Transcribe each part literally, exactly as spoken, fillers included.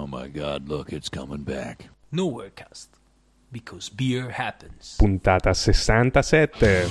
my God, look, it's coming back. Nowherecast, because beer happens. Puntata sessantasette.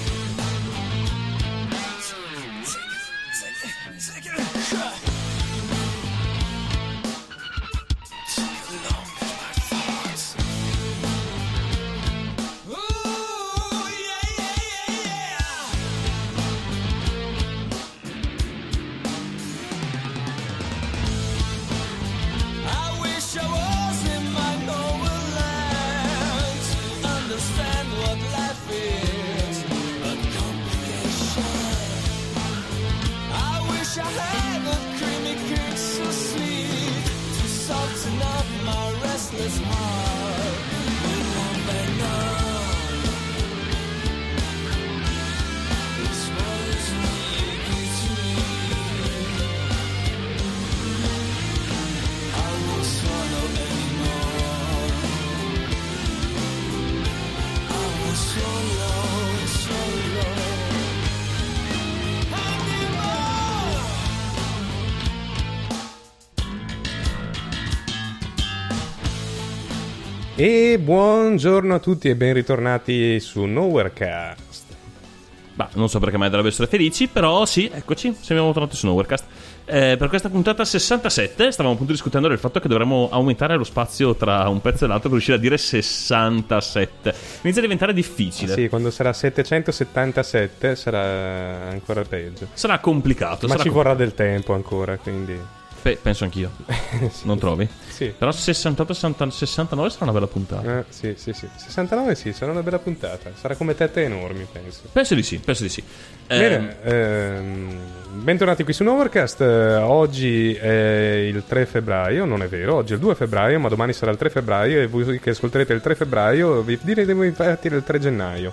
E buongiorno a tutti e ben ritornati su Nowherecast. Bah, non so perché mai dovrebbero essere felici, però sì, eccoci, siamo tornati su Nowherecast. Eh, per questa puntata sessantasette stavamo appunto discutendo del fatto che dovremmo aumentare lo spazio tra un pezzo e l'altro per riuscire a dire sessantasette. Inizia a diventare difficile. Ah, sì, quando sarà settecentosettantasette sarà ancora peggio. Sarà complicato. Ma sarà ci complicato. vorrà del tempo ancora, quindi... Pe- penso anch'io. Sì. Non trovi? Sì. Però sessantotto sessanta, sessantanove sarà una bella puntata. Eh, sì, sì, sì. sessantanove sì, sarà una bella puntata. Sarà come tette enormi, penso. Penso di sì, penso di sì. Bene, ehm, bentornati qui su Nowherecast. Eh, oggi è il tre febbraio, non è vero, oggi è il due febbraio, ma domani sarà il tre febbraio e voi che ascolterete il tre febbraio vi diremo infatti il tre gennaio.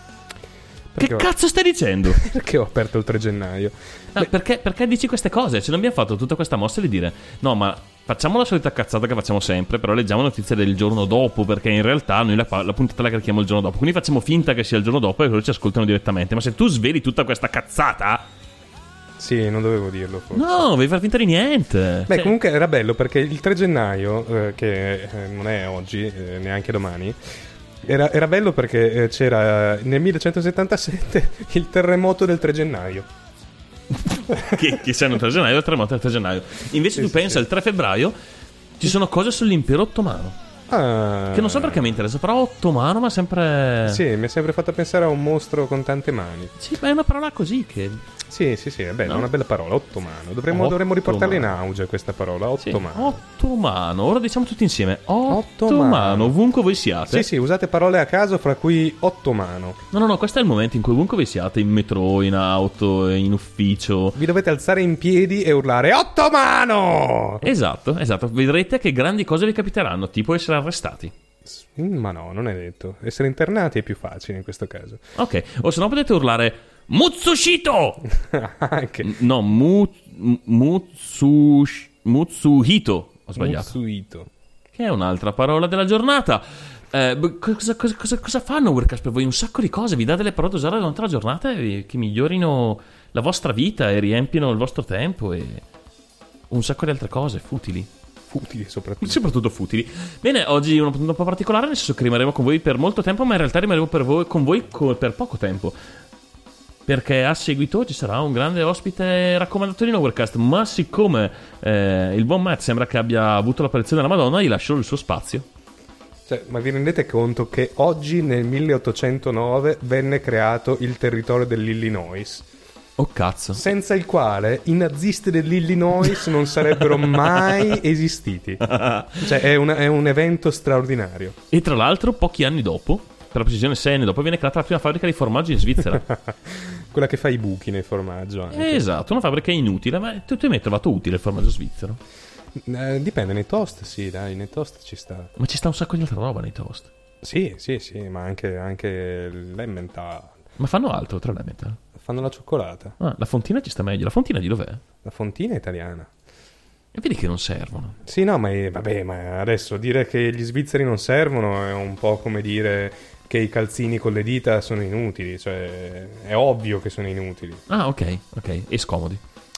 Che Perché cazzo stai dicendo? Ho, perché ho aperto il tre gennaio? Ah, perché, perché dici queste cose? Cioè, non abbiamo fatto tutta questa mossa di dire no, ma facciamo la solita cazzata che facciamo sempre, però leggiamo notizie del giorno dopo, perché in realtà noi la, la puntata la carichiamo il giorno dopo, quindi facciamo finta che sia il giorno dopo e loro ci ascoltano direttamente. Ma se tu sveli tutta questa cazzata, Sì, non dovevo dirlo forse. no, devi far finta di niente. Beh, Cioè, comunque era bello perché il tre gennaio, eh, che eh, non è oggi, eh, neanche domani, era, era bello perché eh, c'era eh, nel millecentosettantasette il terremoto del tre gennaio. che, che sia il tre gennaio o il terremoto del tre gennaio. Invece Sì, tu sì, pensa sì. al tre febbraio ci sono cose sull'impero ottomano. Ah, Che non so perché mi interessa, però ottomano, ma sempre... Sì, mi è sempre fatto pensare a un mostro con tante mani. Sì, ma è una parola così che... Sì, sì, sì, è bella, No? una bella parola, ottomano. Dovremmo, Ottomano. dovremmo riportarla in auge questa parola, Sì, ottomano. ottomano. Ora diciamo tutti insieme. Ottomano, Ottomano. ovunque voi siate. Sì, sì, usate parole a caso, fra cui ottomano. No, no, no, questo è il momento in cui ovunque voi siate, in metro, in auto, in ufficio. Vi dovete alzare in piedi e urlare ottomano! Esatto, esatto. Vedrete che grandi cose vi capiteranno, tipo essere arrestati. Mm, Ma no, non è detto. Essere internati è più facile in questo caso. Ok, o se no potete urlare Mutsushito! Anche. No, mu, mutsush, Mutsuhito. Ho sbagliato. Mutsuhito. Che è un'altra parola della giornata. Eh, beh, cosa, cosa, cosa, cosa fanno Nowherecast per voi? Un sacco di cose. Vi dà delle parole da usare durante la giornata e che migliorino la vostra vita e riempiono il vostro tempo e un sacco di altre cose futili. Utili soprattutto. Soprattutto futili. Bene, oggi è una puntata un po' particolare, nel senso che rimarremo con voi per molto tempo, ma in realtà rimarremo per voi, con voi co- per poco tempo. Perché a seguito ci sarà un grande ospite raccomandato di Nowherecast. Ma siccome eh, il buon Matt sembra che abbia avuto l'apparizione della Madonna, gli lascio il suo spazio. Cioè, ma vi rendete conto che oggi nel milleottocentonove venne creato il territorio dell'Illinois, Oh cazzo. senza il quale i nazisti dell'Illinois non sarebbero mai esistiti. Cioè, è, una- è un evento straordinario. E tra l'altro, pochi anni dopo, per la precisione sei anni dopo, viene creata la prima fabbrica di formaggi in Svizzera. Quella che fa i buchi nel formaggio anche. Esatto, una fabbrica inutile, ma tu, tu hai mai trovato utile il formaggio svizzero? Eh, dipende, nei toast sì, dai, nei toast ci sta. Ma ci sta un sacco di altra roba nei toast. Sì, sì, sì, ma anche, anche l'emmental. Ma fanno altro tra l'Emmental? Fanno la cioccolata. Ah, la fontina ci sta meglio. La fontina di dov'è? La fontina è italiana. E vedi che non servono. Sì, no, ma è- vabbè, ma adesso dire che gli svizzeri non servono è un po' come dire che i calzini con le dita sono inutili, cioè è ovvio che sono inutili. Ah, ok, ok. E scomodi.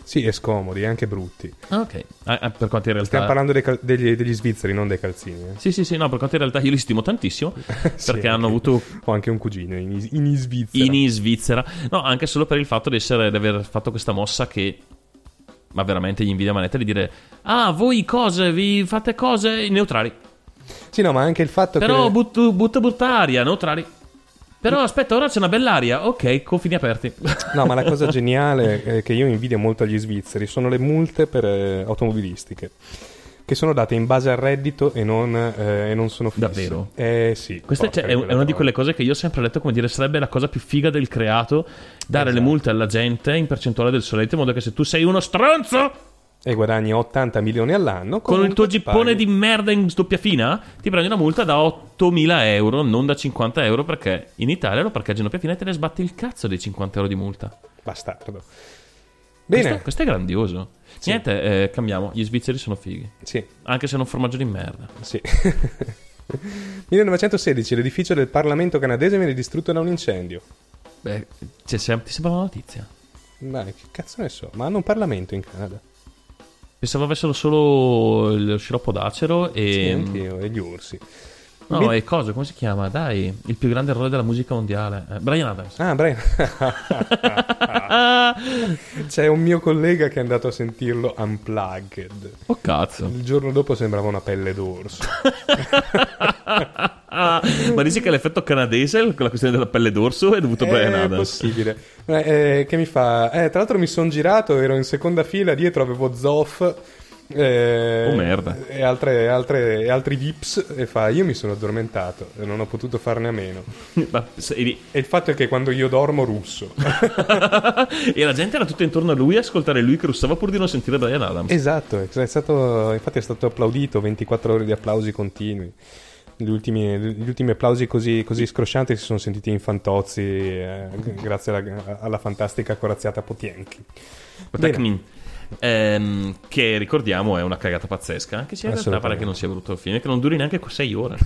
Sì, e scomodi, e anche brutti. Ah, ok. Ah, ah, per quanto in realtà... Stiamo parlando dei cal- degli, degli svizzeri, non dei calzini. Eh. Sì, sì, sì, no, per quanto in realtà io li stimo tantissimo, Sì, perché hanno anche- avuto Ho anche un cugino in, in Svizzera. in Svizzera. No, anche solo per il fatto di, essere, di aver fatto questa mossa che... Ma veramente gli invidia manetta di dire: ah, voi cose, vi fate cose neutrali. Sì, no, ma anche il fatto Però che... butto, butta butta aria, neutrali. Però aspetta, ora c'è una bell'aria. Ok, confini aperti. No, ma la cosa geniale eh, che io invidio molto agli svizzeri sono le multe per eh, automobilistiche, che sono date in base al reddito e non, eh, e non sono fisse. Davvero? Eh sì. Questa cioè, è, porca è una di troia. quelle cose che io ho sempre letto, come dire, sarebbe la cosa più figa del creato, dare Esatto. le multe alla gente in percentuale del solito, in modo che se tu sei uno stronzo E guadagni ottanta milioni all'anno con il tuo comunque ti gippone paghi. di merda in doppia fina, ti prendi una multa da ottomila euro, non da cinquanta euro, perché in Italia lo parcheggi in doppia fina e te ne sbatti il cazzo dei cinquanta euro di multa. Bastardo. Bene. Questo, questo è grandioso. Sì. Niente, eh, cambiamo. Gli svizzeri sono fighi, Sì, anche se non formaggio di merda. sì. millenovecentosedici, l'edificio del Parlamento canadese viene distrutto da un incendio. Beh, cioè, se- ti sembra una notizia? Ma che cazzo ne so? Ma hanno un Parlamento in Canada? Pensavo avessero solo il sciroppo d'acero e... Sì, anch'io, e gli orsi. No, Mi- e cosa? Come si chiama? Dai, il più grande errore della musica mondiale. Eh, Brian Adams. Ah, Brian. C'è un mio collega che è andato a sentirlo unplugged. Oh cazzo. Il giorno dopo sembrava una pelle d'orso. Ah, ma dici che l'effetto canadese, la questione della pelle d'orso, è dovuto a Brian È Adams? possibile. Eh, eh, che mi fa? Eh, tra l'altro mi sono girato, ero in seconda fila, dietro avevo Zoff. Eh, Oh, merda. E, altre, altre, e altri Vips. E fa: io mi sono addormentato e non ho potuto farne a meno. Ma se- E il fatto è che quando io dormo russo. e la gente era tutta intorno a lui a ascoltare lui che russava pur di non sentire Brian Adams. Esatto, è stato, infatti è stato applaudito, ventiquattro ore di applausi continui. Gli ultimi, gli ultimi applausi così, così scroscianti si sono sentiti in Fantozzi eh, grazie alla, alla fantastica corazziata Potienchi. Attack Bene. Me. Ehm, che ricordiamo è una cagata pazzesca, anche se in realtà pare Assolutamente. che non sia brutto il film, che non duri neanche sei ore.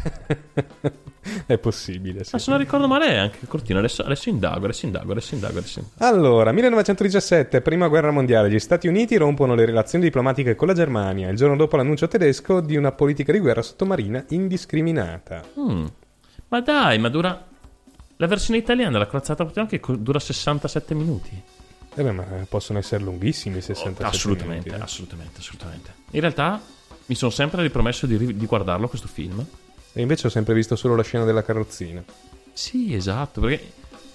È possibile, sì. Ma se non ricordo male è anche cortino. Adesso, adesso indago, adesso indago, adesso indago, adesso indago. Allora, millenovecentodiciassette, prima guerra mondiale, gli Stati Uniti rompono le relazioni diplomatiche con la Germania, il giorno dopo l'annuncio tedesco di una politica di guerra sottomarina indiscriminata. Mm. Ma dai, ma dura... La versione italiana, la corazzata che dura sessantasette minuti. Eh beh, ma possono essere lunghissimi sessantasette assolutamente, minuti, eh. assolutamente, assolutamente. In realtà mi sono sempre ripromesso di, ri- di guardarlo questo film. E invece ho sempre visto solo la scena della carrozzina. Sì, esatto, perché...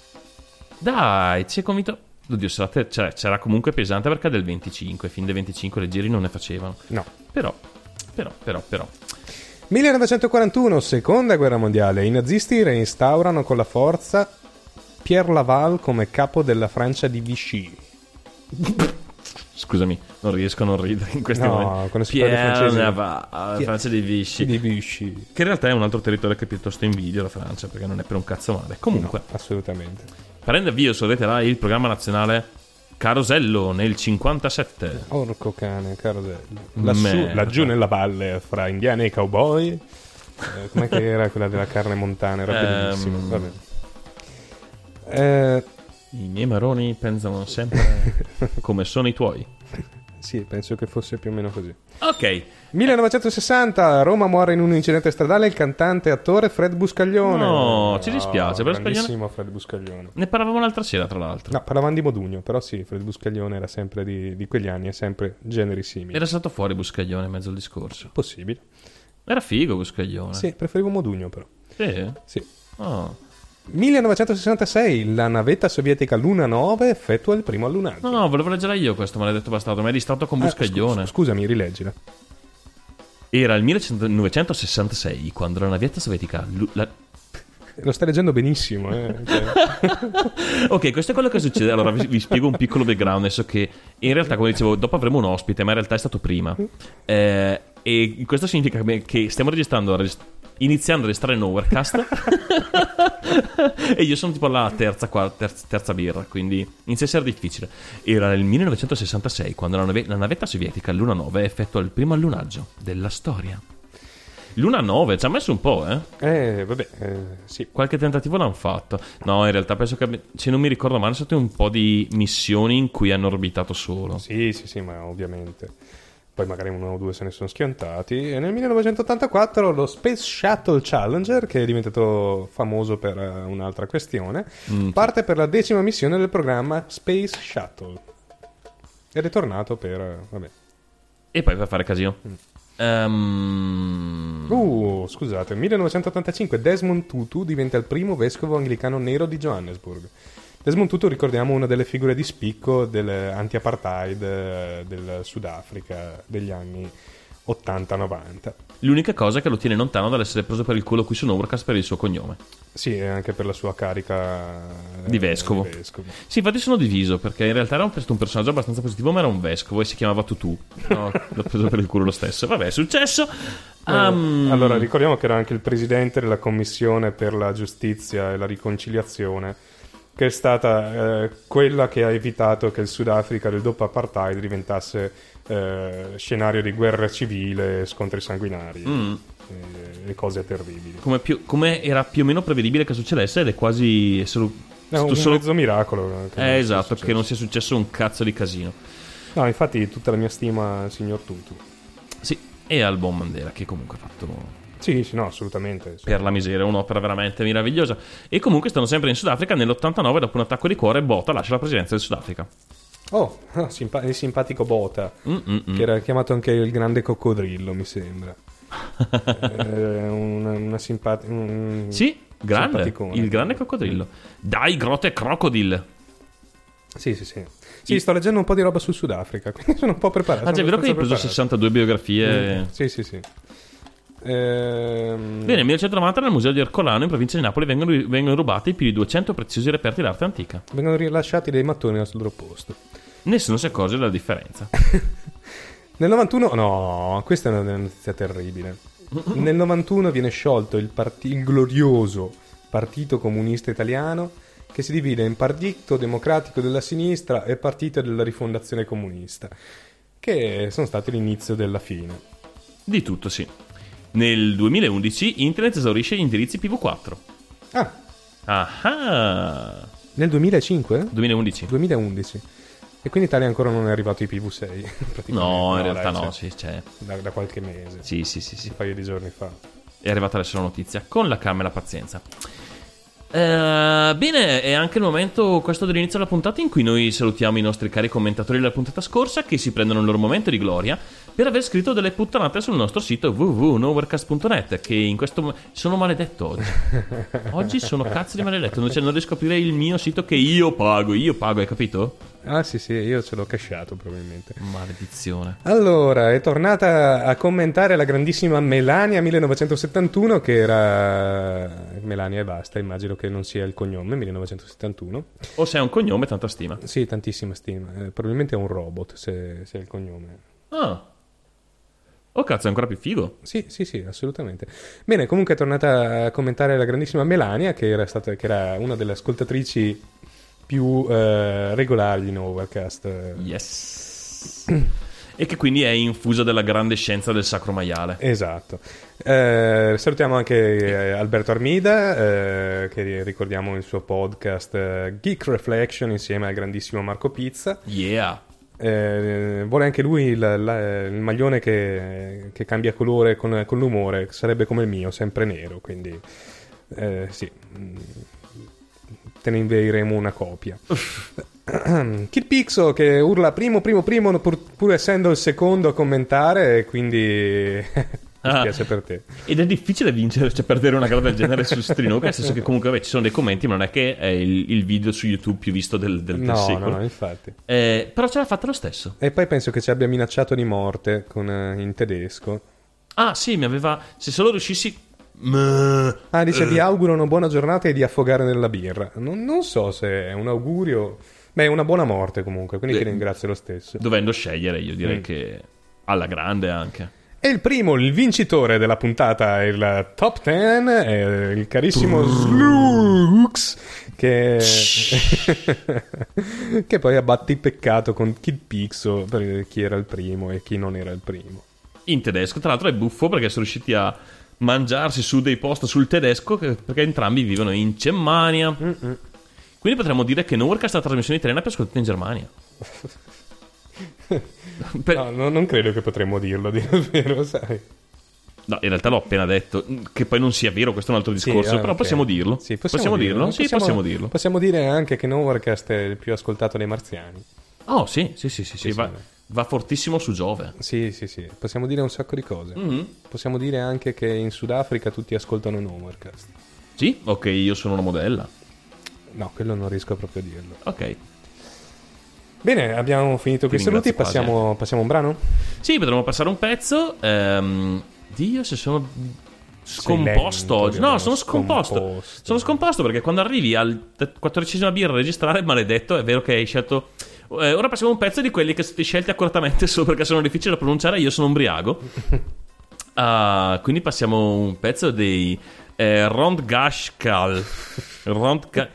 Dai, ci hai convinto... Oddio, sarà te- cioè, c'era comunque pesante perché è del venticinque, fin del venticinque le giri non ne facevano. No. Però, però, però, però... millenovecentoquarantuno, seconda guerra mondiale, i nazisti reinstaurano con la forza Pierre Laval come capo della Francia di Vichy. Scusami, non riesco a non ridere in questi No, momenti. quando si parla di francesi- Navarre, la Francia di Vichy. Di Vichy. Che in realtà è un altro territorio che piuttosto invidio la Francia, perché non è per un cazzo male. Comunque, No, assolutamente. prende avvio su Rete Rai il programma nazionale Carosello nel cinquantasette. Orco cane, carosello. Lassù, Merda. laggiù nella valle, fra indiani e cowboy. Eh, com'è che era quella della carne montana? Era Ehm. bellissimo. Vabbè. Eh, I miei maroni pensano sempre come sono i tuoi. sì, penso che fosse più o meno così. Ok, millenovecentosessanta, a Roma muore in un incidente stradale il cantante e attore Fred Buscaglione. No, ci dispiace, per Buscaglione- grandissimo Fred Buscaglione. ne parlavamo l'altra sera, tra l'altro. No, parlavamo di Modugno, però sì, Fred Buscaglione era sempre di, di quegli anni, è sempre generi simili. Era stato fuori Buscaglione in mezzo al discorso. Possibile. Era figo Buscaglione. Sì, preferivo Modugno però. Sì? Sì. Oh. millenovecentosessantasei, la navetta sovietica Luna nove effettua il primo allunaggio. No, no, volevo leggere io questo maledetto bastardo. Mi hai distratto con Ah, Buscaglione. scu- scusami, rileggila. Era il millenovecentosessantasei quando la navetta sovietica... Lu- la- Lo stai leggendo benissimo, eh. Cioè, Ok, questo è quello che succede. Allora vi, vi spiego un piccolo background. Adesso che in realtà, come dicevo, dopo avremo un ospite, ma in realtà è stato prima. Eh, e questo significa che- che stiamo registrando, regist- iniziando a registrare Nowherecast. E io sono tipo la terza, quarta, terza, terza birra, quindi inizia a essere difficile. Era il millenovecentosessantasei quando la, nave- la navetta sovietica Luna nove effettua il primo allunaggio della storia. Luna nove, ci ha messo un po', eh. Eh, vabbè, eh, sì. Qualche tentativo l'hanno fatto. No, in realtà penso che, abbi- se non mi ricordo male, sono state un po' di missioni in cui hanno orbitato solo. Sì, sì, sì, ma ovviamente. Poi magari uno o due se ne sono schiantati. E nel millenovecentottantaquattro lo Space Shuttle Challenger, che è diventato famoso per uh, un'altra questione, Mm. parte per la decima missione del programma Space Shuttle. Ed è tornato per... uh, vabbè. E poi per fare casino. Ehm, Uh, scusate, millenovecentottantacinque Desmond Tutu diventa il primo vescovo anglicano nero di Johannesburg. Desmond Tutu, ricordiamo, una delle figure di spicco dell'anti-apartheid eh, del Sudafrica degli anni ottanta novanta. L'unica cosa è che lo tiene lontano dall'essere preso per il culo qui su Overcast per il suo cognome. Sì, e anche per la sua carica eh, Di vescovo. di vescovo. Sì, infatti sono diviso, perché in realtà era un, un personaggio abbastanza positivo, ma era un vescovo e si chiamava Tutu. No, l'ho preso per il culo lo stesso. Vabbè, è successo. Eh, Um, allora, ricordiamo che era anche il presidente della Commissione per la Giustizia e la Riconciliazione, che è stata eh, quella che ha evitato che il Sudafrica del dopo apartheid diventasse eh, scenario di guerra civile, scontri sanguinari Mm. e, e cose terribili. come, più, come era più o meno prevedibile che succedesse, ed è quasi solo, È un solo- mezzo miracolo. che non eh, sia esatto, successo. che non sia successo un cazzo di casino. No, infatti tutta la mia stima al signor Tutu. Sì, e al buon Mandela, che comunque ha fatto Sì, sì, no, assolutamente. Sì. per la miseria un'opera veramente meravigliosa. E comunque stanno sempre in Sudafrica. Nell'ottantanove, dopo un attacco di cuore, Botha lascia la presidenza del Sudafrica. Oh, ah, simpa- il simpatico Botha, Mm-mm-mm. che era chiamato anche il grande coccodrillo, mi sembra. Eh, una, una simpatica... Un... Sì, grande, simpaticone. il grande coccodrillo. Dai, grotte crocodile. Sì, sì, sì. Sì, sto leggendo un po' di roba sul Sudafrica, quindi sono un po' preparato. Ah, già, è sono vero che hai preso abbastanza sessantadue biografie. preparato. Mm, Sì, sì, sì. Ehm... Bene, nel millenovecentonovanta nel museo di Ercolano, in provincia di Napoli, vengono, vengono rubati più di duecento preziosi reperti d'arte antica. Vengono rilasciati dei mattoni al loro posto. Nessuno si accorge della differenza. Nel novantuno, no, questa è una notizia terribile. Nel novantuno viene sciolto il, parti- il glorioso Partito Comunista Italiano, che si divide in Partito Democratico della Sinistra e Partito della Rifondazione Comunista, che sono stati l'inizio della fine. Di tutto, sì. Nel duemilaundici Internet esaurisce gli indirizzi P V quattro. Ah, Ah, nel duemilacinque? duemilaundici. duemilaundici. E quindi in Italia ancora non è arrivato i P V sei. praticamente. No, in realtà dai, no, cioè, sì, c'è. da, da qualche mese, Sì, sì, sì, sì. un paio di giorni fa. È arrivata adesso la notizia, con la calma e la pazienza. Eh, bene, è anche il momento, questo dell'inizio della puntata, in cui noi salutiamo i nostri cari commentatori della puntata scorsa, che si prendono il loro momento di gloria per aver scritto delle puttanate sul nostro sito w w w punto nowherecast punto net, che in questo mo- sono maledetto oggi. Oggi sono cazzo di maledetto, non, cioè, non riesco a aprire il mio sito che io pago, io pago, hai capito? Ah sì sì, io ce l'ho casciato probabilmente. Maledizione. Allora, è tornata a commentare la grandissima Melania millenovecentosettantuno, che era... Melania e basta, immagino che non sia il cognome, millenovecentosettantuno. O se è un cognome, tanta stima. Sì, tantissima stima. Eh, probabilmente è un robot, se, se è il cognome. Ah. Oh cazzo, è ancora più figo. Sì, sì, sì, assolutamente. Bene, comunque è tornata a commentare la grandissima Melania, che era, stata, che era una delle ascoltatrici più eh, regolari di Nowherecast. Yes. E che quindi è infusa della grande scienza del sacro maiale. Esatto. Eh, salutiamo anche eh, Alberto Armida, eh, che ricordiamo il suo podcast eh, Geek Reflection insieme al grandissimo Marco Pizza. Yeah. Eh, vuole anche lui il, la- il maglione che, che cambia colore con, con l'umore, sarebbe come il mio, sempre nero, quindi eh, sì, mm, te ne invieremo una copia. Kid Pixo che urla primo primo primo pur, pur essendo il secondo a commentare, quindi mi Ah. spiace per te. Ed è difficile vincere, cioè perdere una gara del genere su Strinoca, nel senso che comunque vabbè, ci sono dei commenti, ma non è che è il, il video su YouTube più visto del, del, del No, secolo. no, no, infatti. Eh, però ce l'ha fatta lo stesso. E poi penso che ci abbia minacciato di morte con, eh, in tedesco. Ah sì, mi aveva... Se solo riuscissi... Meh. Ah, dice vi auguro una buona giornata e di affogare nella birra. Non, non so se è un augurio. Beh, è una buona morte comunque, quindi Beh, ti ringrazio lo stesso. Dovendo scegliere, io direi Mm. che alla grande anche. E il primo, il vincitore della puntata, il top dieci, è il carissimo Slux, che... che poi ha battipeccato con Kid Pixo per chi era il primo e chi non era il primo. In tedesco, tra l'altro è buffo perché sono riusciti a mangiarsi su dei post sul tedesco che- perché entrambi vivono in Germania. Mm-mm. Quindi potremmo dire che Nowherecast è la trasmissione italiana più ascoltata in Germania. Per- No, no, non credo che potremmo dirlo, a dire il vero, sai. No, in realtà l'ho appena detto. Che poi non sia vero, questo è un altro Sì, discorso. eh, però ok. possiamo dirlo. Sì, possiamo, dirlo? Sì, possiamo dirlo. Possiamo dire anche che Nowherecast è il più ascoltato dei marziani. Oh, sì, sì, sì, sì, sì, Sì, va, sì. va fortissimo su Giove. Sì, sì, sì. Possiamo dire un sacco di cose. Mm. Possiamo dire anche che in Sudafrica tutti ascoltano Nowherecast. Sì? Ok, io sono una modella. No, quello non riesco proprio a dirlo. Ok. Bene, abbiamo finito con i saluti. ringrazio quasi, Passiamo, passiamo a un brano? Sì, potremmo passare un pezzo. Ehm, Dio, se sono scomposto lento, oggi. No, Dio, sono scomposto. scomposto. Sono scomposto perché quando arrivi al quattordicesima birra a registrare, maledetto, è vero che hai scelto. Eh, ora passiamo a un pezzo di quelli che sono stati scelti accuratamente solo perché sono difficili da pronunciare. Io sono ubriaco. Ah, quindi passiamo a un pezzo dei eh, Rondgashkal. Rondga-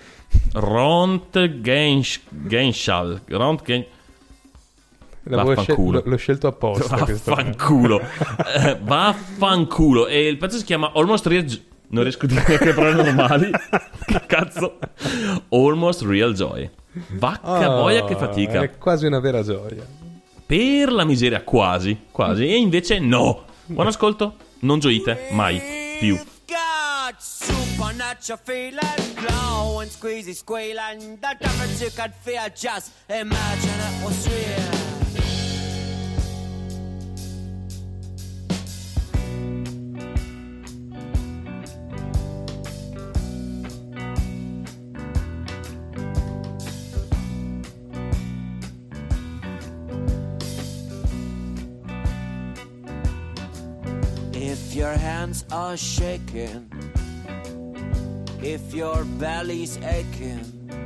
Rondgenschal. Rondgen... L'avevo Vaffanculo. scel- l'ho scelto apposta. questo. Vaffanculo. Eh, Vaffanculo. E il pezzo si chiama Almost Real Joy. Non riesco a dire neanche parole normali. Che cazzo? Almost Real Joy. Vacca Ah, boia che fatica. È quasi una vera gioia. Per la miseria, quasi. Quasi. E invece no. Buon ascolto. Non gioite mai più. God, supernatural feeling, glowing, squeezy, squealing. The difference you could feel, just imagine it was real. If your hands are shaking, if your belly's aching,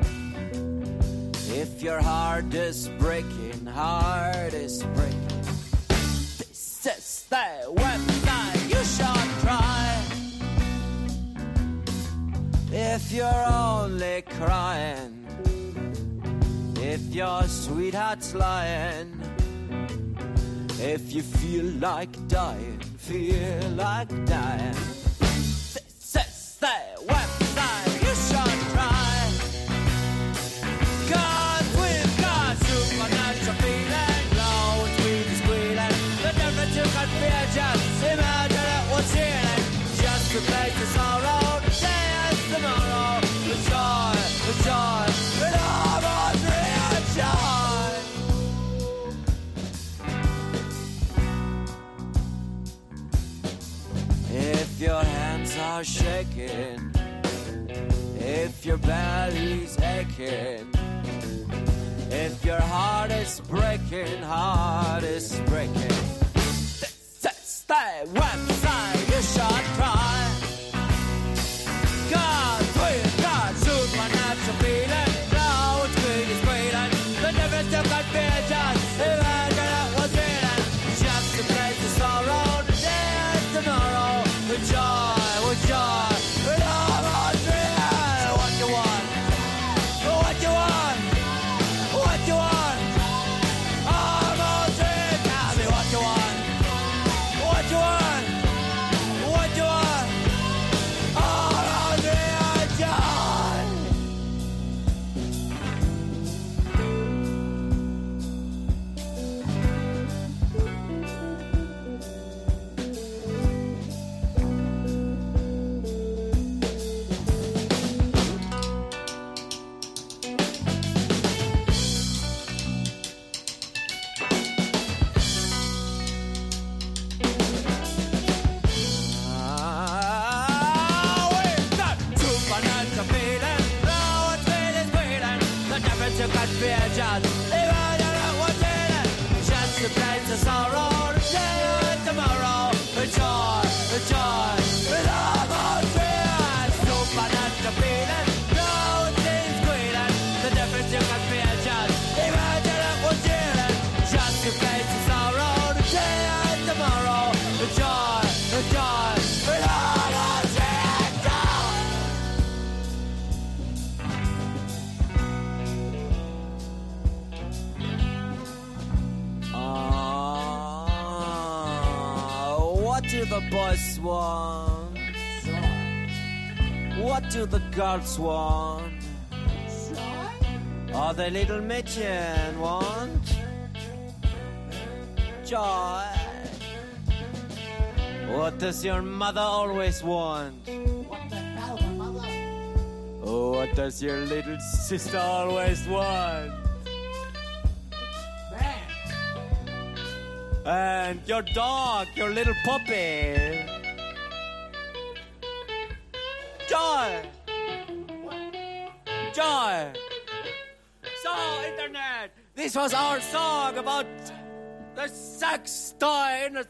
if your heart is breaking, heart is breaking, this is the website you should try. If you're only crying, if your sweetheart's lying, if you feel like dying, feel like dying, this is the website you should try. Cause we've got supernatural feeling, glowing, squealing, squealing. The difference you can feel, just imagine it was healing. Just replace the sorrow, today is tomorrow. The joy, the joy, the almost real joy. If your hands are shaking, if your belly's aching, if your heart is breaking, heart is breaking, this is the website you should try. God, we've got supernatural feeling, now it's squealing, squealing. The difference you can feel, just imagine it was real. Just to place the sorrow, today and tomorrow. With joy, with joy, with almost real. What you want? What you want? What you want? Almost real. Tell me what you want. What you want? boys want? What do the girls want? All the little midget want? Joy. What does your mother always want? What the hell, my mother? Oh, what does your little sister always want? And your dog, your little puppy. Joy! Joy! So, Internet, this was our song about the sex toy industry.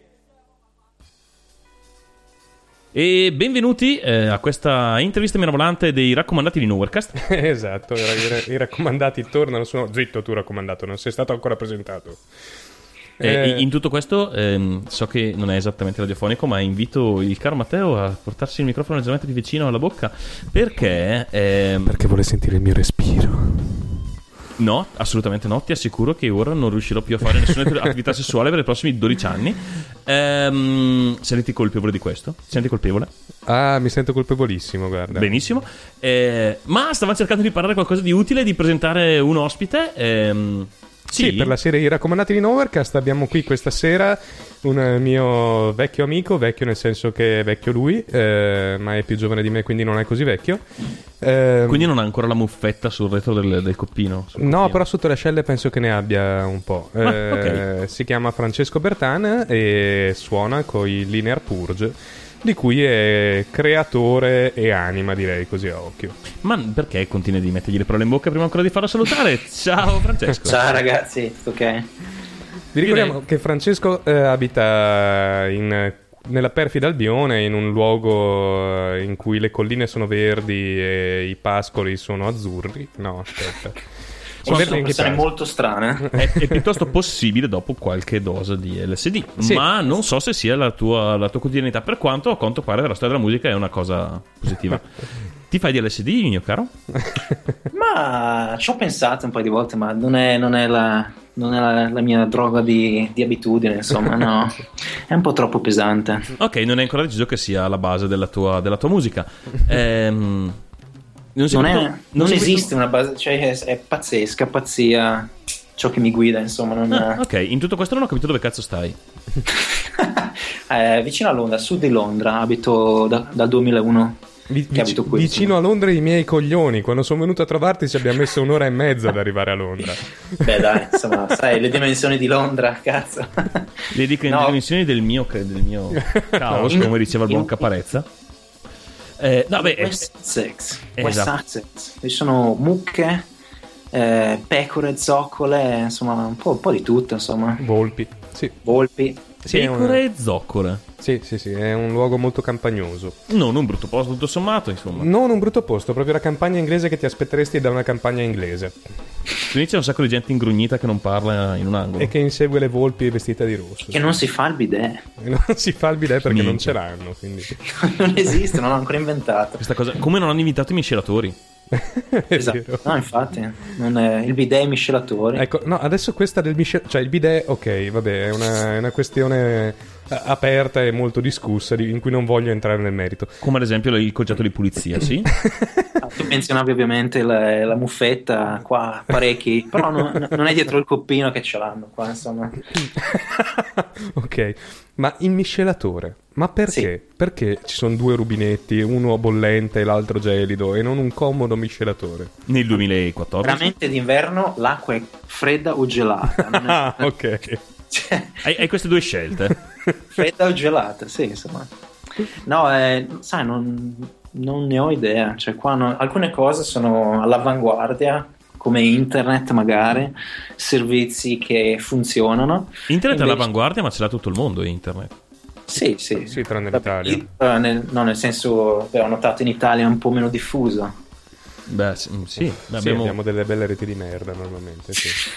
E benvenuti eh, a questa intervista mirabolante dei raccomandati di Nowherecast. Esatto, i, i, i raccomandati tornano su... No, zitto tu raccomandato, non sei stato ancora presentato. Eh, Eh, in tutto questo ehm, so che non è esattamente radiofonico, ma invito il caro Matteo a portarsi il microfono leggermente più vicino alla bocca, perché ehm, Perché vuole sentire il mio respiro. no, assolutamente no, ti assicuro che ora non riuscirò più a fare nessuna attività sessuale per i prossimi dodici anni. Ehm, senti colpevole di questo? Senti colpevole? Ah, mi sento colpevolissimo, guarda. Benissimo. Eh, ma stavamo cercando di parlare qualcosa di utile, di presentare un ospite. ehm, Sì, per la serie I raccomandati di Nowherecast abbiamo qui questa sera un eh, mio vecchio amico, vecchio nel senso che è vecchio lui, eh, ma è più giovane di me, quindi non è così vecchio. Eh, Quindi non ha ancora la muffetta sul retro del, del coppino? sul No, coppino. però sotto le ascelle penso che ne abbia un po'. Ah, Eh, ok. Si chiama Francesco Bertan e suona con i Linear Purge, di cui è creatore e anima, direi così a occhio. Ma perché continui di mettergli le parole in bocca prima ancora di farlo salutare? Ciao Francesco. Ciao ragazzi, tutto ok? Vi ricordiamo che Francesco eh, abita in, nella perfida Albione, in un luogo eh, in cui le colline sono verdi e i pascoli sono azzurri. No, aspetta. Sono verdi anche i persone pascoli. molto strane. È, è piuttosto possibile dopo qualche dose di L S D, Sì. ma non so se sia la tua, la tua quotidianità, per quanto a quanto pare la storia della musica è una cosa positiva. Ti fai di L S D, mio caro? Ma ci ho pensato un paio di volte, ma non è, non è, la, non è la, la mia droga di, di abitudine, insomma, no. È un po' troppo pesante. Ok, non è ancora deciso che sia la base della tua, della tua musica. Ehm, non sei Non, è, molto- non sei esiste molto- una base, cioè è, è pazzesca, pazzia ciò che mi guida, insomma. Non Ah, ok, in tutto questo non ho capito dove cazzo stai. eh, vicino a Londra, a sud di Londra, abito da- dal duemilauno. Vi- che abito vic- qui, vicino a Londra i miei coglioni. Quando sono venuto a trovarti ci abbiamo messo un'ora e mezza ad arrivare a Londra. Beh dai, insomma, sai, le dimensioni di Londra, cazzo. Le dico in No. dimensioni del mio, del mio caos, In- come diceva il buon in- Caparezza. Eh, no, beh, eh, West Sussex, West Esatto. Sussex. Ci sono mucche, eh, pecore, zoccole, insomma un po', un po' di tutto, insomma, Volpi. Sì, volpi. sì, è pecore un, e zoccole. sì, sì, sì, è un luogo molto campagnoso. Non un brutto posto, tutto sommato, insomma. Non un brutto posto, proprio la campagna inglese che ti aspetteresti da una campagna inglese. Quindi c'è un sacco di gente ingrugnita che non parla in un angolo. E che insegue le volpi vestite di rosso. Che non si fa il bidet. E non si fa il bidet perché non Minchia. ce l'hanno, quindi. Non esiste, non l'ho ancora inventato. Questa cosa, come non hanno invitato i miscelatori? È Esatto. vero. No, infatti, non è, il bidet e i miscelatori. Ecco, no, adesso questa del miscel... Cioè il bidet, ok, vabbè, è una, è una questione eh, aperta e molto discussa di- in cui non voglio entrare nel merito. Come ad esempio il concetto di pulizia, sì? Ah, tu menzionavi ovviamente la, la muffetta, qua parecchi, però non, non è dietro il coppino che ce l'hanno qua, insomma. Ok, ma il miscelatore, ma perché? Sì. Perché ci sono due rubinetti, uno bollente e l'altro gelido, e non un comodo miscelatore? Nel duemilaquattordici. Veramente d'inverno l'acqua è fredda o gelata. Non è- Ah, ok. cioè, Hai, hai queste due scelte. fredda o gelata, sì, insomma. No, eh, sai, non, non ne ho idea. Cioè, qua no- alcune cose sono all'avanguardia, come internet magari, servizi che funzionano. Internet è Invece- all'avanguardia, ma ce l'ha tutto il mondo internet. Sì, sì. Sì, tranne Vabbè, l'Italia. io, eh, nel- no, nel senso, beh, ho notato in Italia è un po' meno diffuso. Beh, sì, sì, Sì, abbiamo, abbiamo delle belle reti di merda normalmente, sì. sì,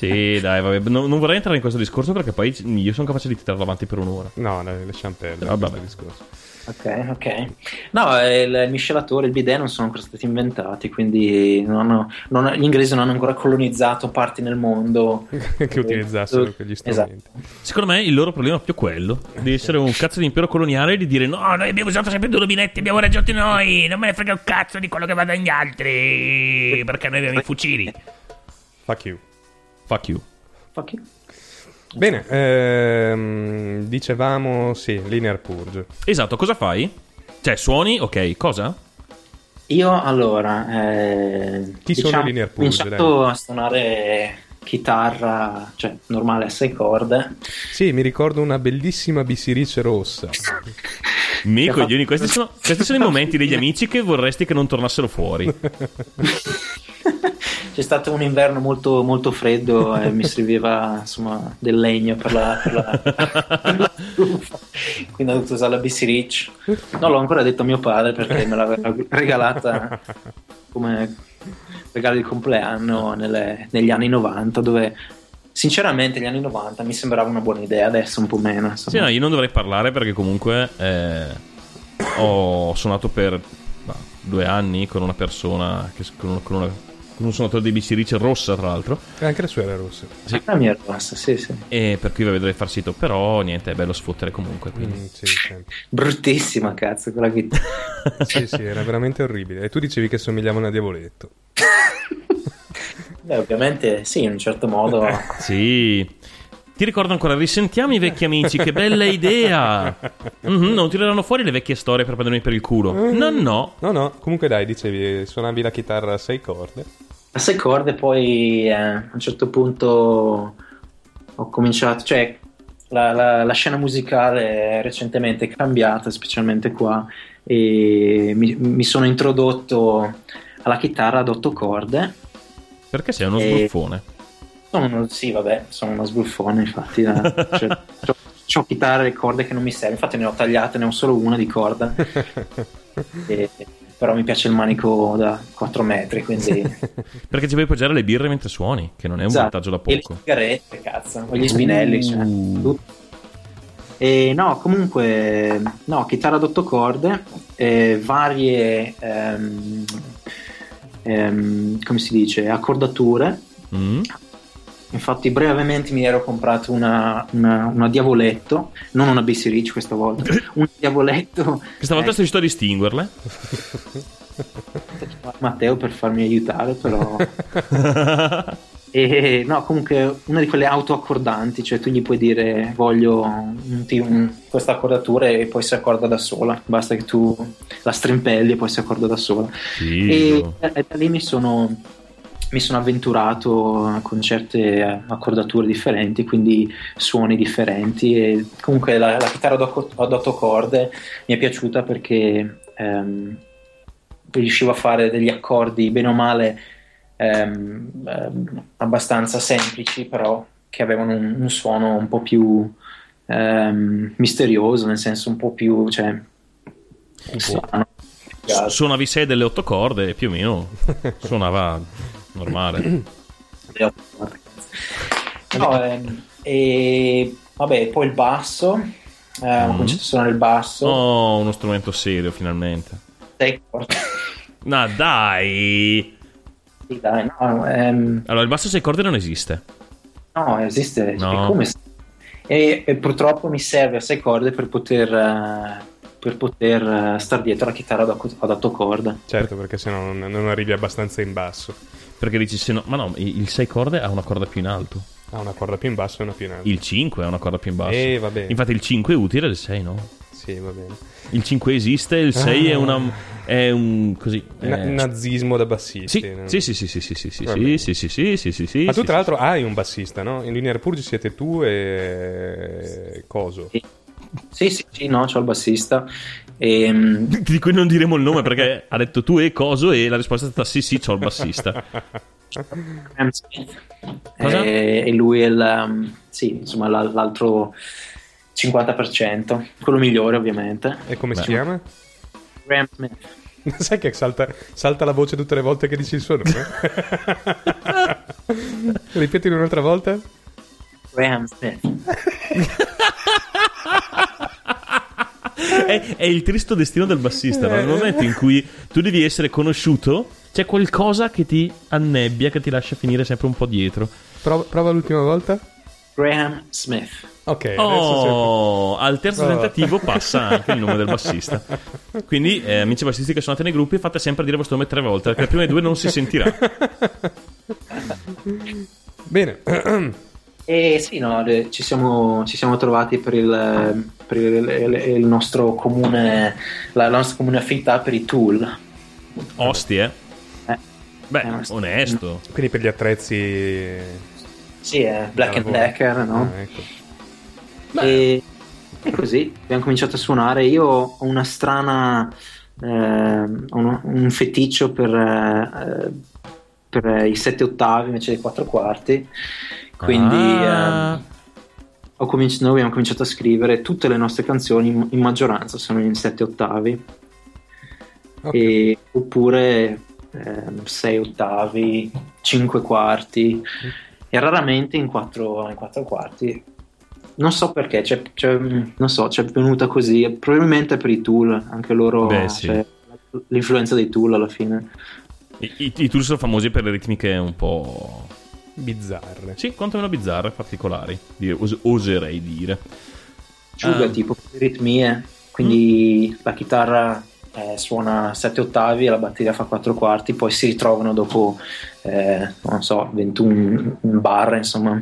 Sì, dai, vabbè. Non, non vorrei entrare in questo discorso perché poi io sono capace di tirarlo avanti per un'ora. No, dai, lasciamo perdere Vabbè. questo discorso. Ok, ok. No, il, il miscelatore, il bidet non sono ancora stati inventati, quindi non hanno- non- gli inglesi non hanno ancora colonizzato parti nel mondo Che utilizzassero quegli strumenti. Esatto. Secondo me il loro problema è più quello di essere un cazzo di impero coloniale e di dire no, noi abbiamo usato sempre due rubinetti, abbiamo raggiunto noi, non me ne frega un cazzo di quello che va dagli altri, perché noi abbiamo i fucili. Fuck you. Fuck you. Fuck you. Bene, ehm, dicevamo sì, Linear Purge. Esatto, cosa fai? Cioè, suoni, ok, cosa? Io allora eh, Chi sono diciamo, i Linear ho Purge, iniziato a suonare chitarra, cioè normale a sei corde. Sì, mi ricordo una bellissima bissirice rossa. Mi Che coglioni, fa- questi sono, questi sono i momenti degli amici che vorresti che non tornassero fuori. C'è stato un inverno molto, molto freddo e mi serviva insomma del legno per la, per la, per la stufa. Quindi ho dovuto usare la B C Rich. Non l'ho ancora detto a mio padre perché me l'aveva regalata come regalo di compleanno nelle- negli anni novanta, dove sinceramente gli anni novanta mi sembrava una buona idea, adesso un po' meno insomma. Sì, no, io non dovrei parlare perché comunque eh, ho suonato per bah, due anni con una persona, che, con, una, con, una, con un suonatore di B C Rich rossa tra l'altro, E anche la sua era rossa. La mia era bassa, sì, sì. e per cui vabbè, dovrei far sito, però niente, è bello sfottere comunque, quindi. Mm, sì, sempre. Bruttissima cazzo quella chitarra. Sì, sì, era veramente orribile. E tu dicevi che somigliavano a Diavoletto. Beh, ovviamente sì, in un certo modo. Sì. Ti ricordo ancora, risentiamo i vecchi amici, che bella idea. Mhm, non tireranno fuori le vecchie storie per prendermi per il culo. No, no. No, no, comunque dai, dicevi, suonavi la chitarra a sei corde. A sei corde, poi eh, a un certo punto ho cominciato, cioè la, la- la scena musicale recentemente è cambiata, specialmente qua, e mi, mi sono introdotto alla chitarra ad otto corde. Perché sei uno E- sbruffone. Sono uno, sì, vabbè, sono uno sbruffone, infatti. eh, cioè, c'ho, c'ho chitarre e corde che non mi servono, infatti ne ho tagliate, ne ho solo una di corda. E- però mi piace il manico da quattro metri, quindi. Perché ci puoi appoggiare le birre mentre suoni, che non è un Esatto. vantaggio da E le poco. sigarette, cazzo, o gli spinelli, cioè, Uh. tutto. E no, comunque, no, chitarra ad otto corde, eh, varie, ehm, ehm, come si dice, accordature. Mm? Infatti brevemente mi ero comprato una, una, una Diavoletto, non una B C Rich questa volta, un Diavoletto. Questa volta eh, sei riuscito a distinguerle? Matteo per farmi aiutare, però. E no, comunque una di quelle autoaccordanti, cioè tu gli puoi dire voglio un, un, questa accordatura e poi si accorda da sola, basta che tu la strimpelli e poi si accorda da sola. E, Figo. e da lì mi sono, mi sono avventurato con certe accordature differenti, quindi suoni differenti, e comunque la, la chitarra ad otto- ad otto corde mi è piaciuta perché ehm, riuscivo a fare degli accordi bene o male ehm, ehm, abbastanza semplici, però che avevano un, un suono un po' più ehm, misterioso, nel senso un po' più, cioè, strano. Su- Suonavi sei delle otto corde, più o meno suonava normale. No, ehm, e vabbè, poi il basso, eh, ho Mm. cominciato a suonare il basso, Oh, uno strumento serio finalmente. sei corde. Ma dai! Sì, dai, no, ehm, Allora, il basso sei corde non esiste. no, esiste, No. e come se- e, e purtroppo mi serve a sei corde per poter eh, per poter eh, star dietro la chitarra ad, otto- ad otto corde. Certo, perché sennò non, non arrivi abbastanza in basso. Perché dici se no. Ma no, il sei corde ha una corda più in alto. Ha una corda più in basso e una più in alto. Il cinque ha una corda più in basso. Eh, va bene. Infatti il cinque è utile, il sei no. Sì, va bene. Il cinque esiste, il sei è Ah. una. È un. così. Na- eh, nazismo da bassisti. sì, no? sì, sì, sì, sì, sì, sì, sì, Va sì, bene. sì, sì, sì, sì, sì, sì, Ma tu sì, tra sì. l'altro hai un bassista, no? In Linear Purge siete tu e Coso. Sì, sì, sì, sì, no, c'ho il bassista. E, Di cui non diremo il nome perché ha detto tu e coso e la risposta è stata sì, sì, c'ho il bassista. Graham Smith. Cosa? E, e lui è il, um, sì, insomma, la- l'altro cinquanta per cento, quello migliore ovviamente. E come Beh. si chiama? Graham Smith. Sai che salta, salta la voce tutte le volte che dici il suo nome? Ripetilo un'altra volta. Graham Smith. È, è il tristo destino del bassista, no? Nel momento in cui tu devi essere conosciuto, c'è qualcosa che ti annebbia, che ti lascia finire sempre un po' dietro. Prova, prova l'ultima volta. Graham Smith. Ok, adesso Oh, al terzo Oh. tentativo passa anche il nome del bassista. Quindi, eh, amici bassisti che suonate nei gruppi, fate sempre dire il vostro nome tre volte, perché le prime due non si sentirà. Bene. E sì, no, le- ci siamo, ci siamo trovati per il, per il, il- il nostro comune, la, la nostra comune affinità per i Tool. Osti, eh? Eh. Beh, Eh, ma- onesto. Quindi per gli attrezzi... Sì, è Black and lavoro. Decker, no? Ah, ecco. E, e così abbiamo cominciato a suonare. Io ho una strana eh, uno- un feticcio per, eh, per i sette ottavi invece dei quattro quarti, quindi Ah. ehm, ho cominci- noi abbiamo cominciato a scrivere tutte le nostre canzoni, in, in maggioranza sono in sette ottavi. Ok. E, oppure ehm, sei ottavi, cinque quarti e raramente in quattro, in quattro quarti. Non so perché, c'è, c'è- non so, c'è venuta così. Probabilmente per i Tool, anche loro, Beh, sì. cioè, l'influenza dei Tool alla fine. I, i, i Tool sono famosi per le ritmiche un po'... Bizzarre. Sì, quantomeno bizzarre, particolari, dire- os- oserei dire. Giuga Ah. tipo ritmie, quindi la chitarra eh, suona sette ottavi e la batteria fa quattro quarti, poi si ritrovano dopo eh, non so, ventuno barre, insomma.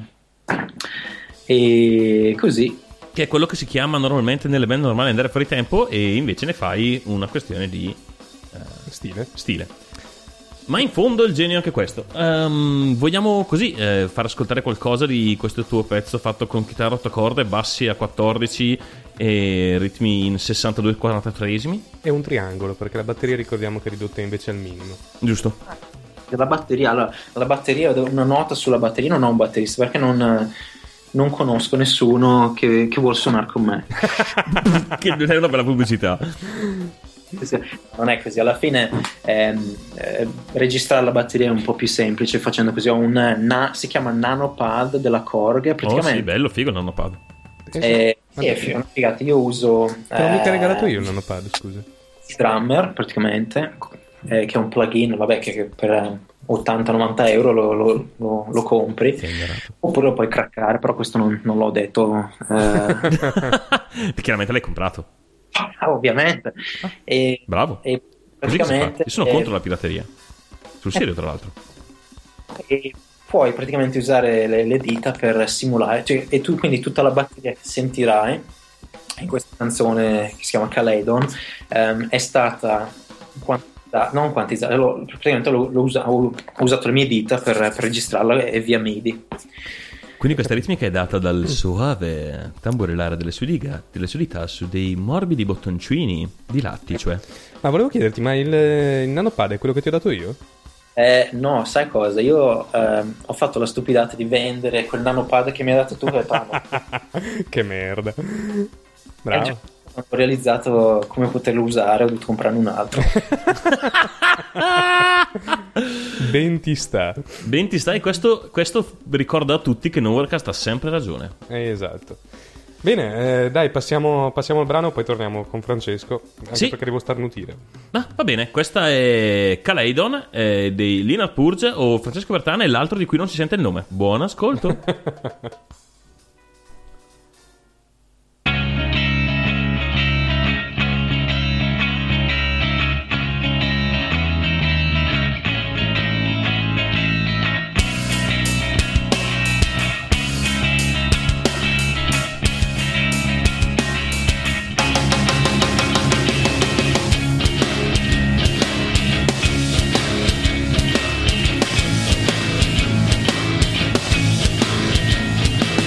E così. Che è quello che si chiama normalmente nelle band normali andare fuori tempo, e invece ne fai una questione di Stile. stile. Ma in fondo il genio è anche questo. Ehm, vogliamo così eh, far ascoltare qualcosa di questo tuo pezzo fatto con chitarra otto corde, bassi a quattordici e ritmi in sessantadue quarantatreesimi? E un triangolo, perché la batteria ricordiamo che è ridotta invece al minimo. Giusto? La batteria, allora, la batteria, una nota sulla batteria, non ho un batterista perché non, non conosco nessuno che, che vuol suonare con me. Che non è una bella pubblicità. Non è così, alla fine ehm, eh, registrare la batteria è un po' più semplice facendo così. Ho un na- si chiama Nanopad della Korg, Oh praticamente. sì, bello, figo il nanopad. Eh, sì, è fi- una figata. Io uso Te l'ho mica eh, regalato io il nanopad, scusa. Drummer praticamente, eh, che è un plugin, vabbè, che, che per ottanta novanta euro lo, lo- lo- lo compri, Sei ingannato. oppure lo puoi craccare, però questo non, non l'ho detto. eh, Chiaramente l'hai comprato. ah, ovviamente. E, Bravo. e Così che si fa. praticamente Io sono eh, contro la pirateria. Sul serio, tra l'altro. e puoi praticamente usare le, le dita per simulare, cioè, e tu quindi tutta la batteria che sentirai in questa canzone che si chiama Kaleidon ehm, è stata quantizzata, non quantizzata, lo- praticamente l'ho, l'ho usa- ho, ho usato le mie dita per, per registrarla e via MIDI. Quindi questa ritmica è data dal suave tamburellare delle sue, diga, delle sue dita su dei morbidi bottoncini di lattice. Ma volevo chiederti, ma il, il nanopad è quello che ti ho dato io? Eh, no, sai cosa? Io ehm, ho fatto la stupidata di vendere quel nanopad che mi hai dato tu per pago. Che merda. E Bravo. ho realizzato come poterlo usare, ho dovuto comprarne un altro. Ben ti sta. Ben ti stai, questo, questo ricorda a tutti che Nowherecast ha sempre ragione. Eh, esatto. Bene, eh, dai, passiamo, passiamo al brano, poi torniamo con Francesco. Anche Sì. perché devo starnutire. Ah, va bene, questa è Kaleidon eh, dei Leonard Purge o Francesco Bertana e l'altro di cui non si sente il nome. Buon ascolto. Thank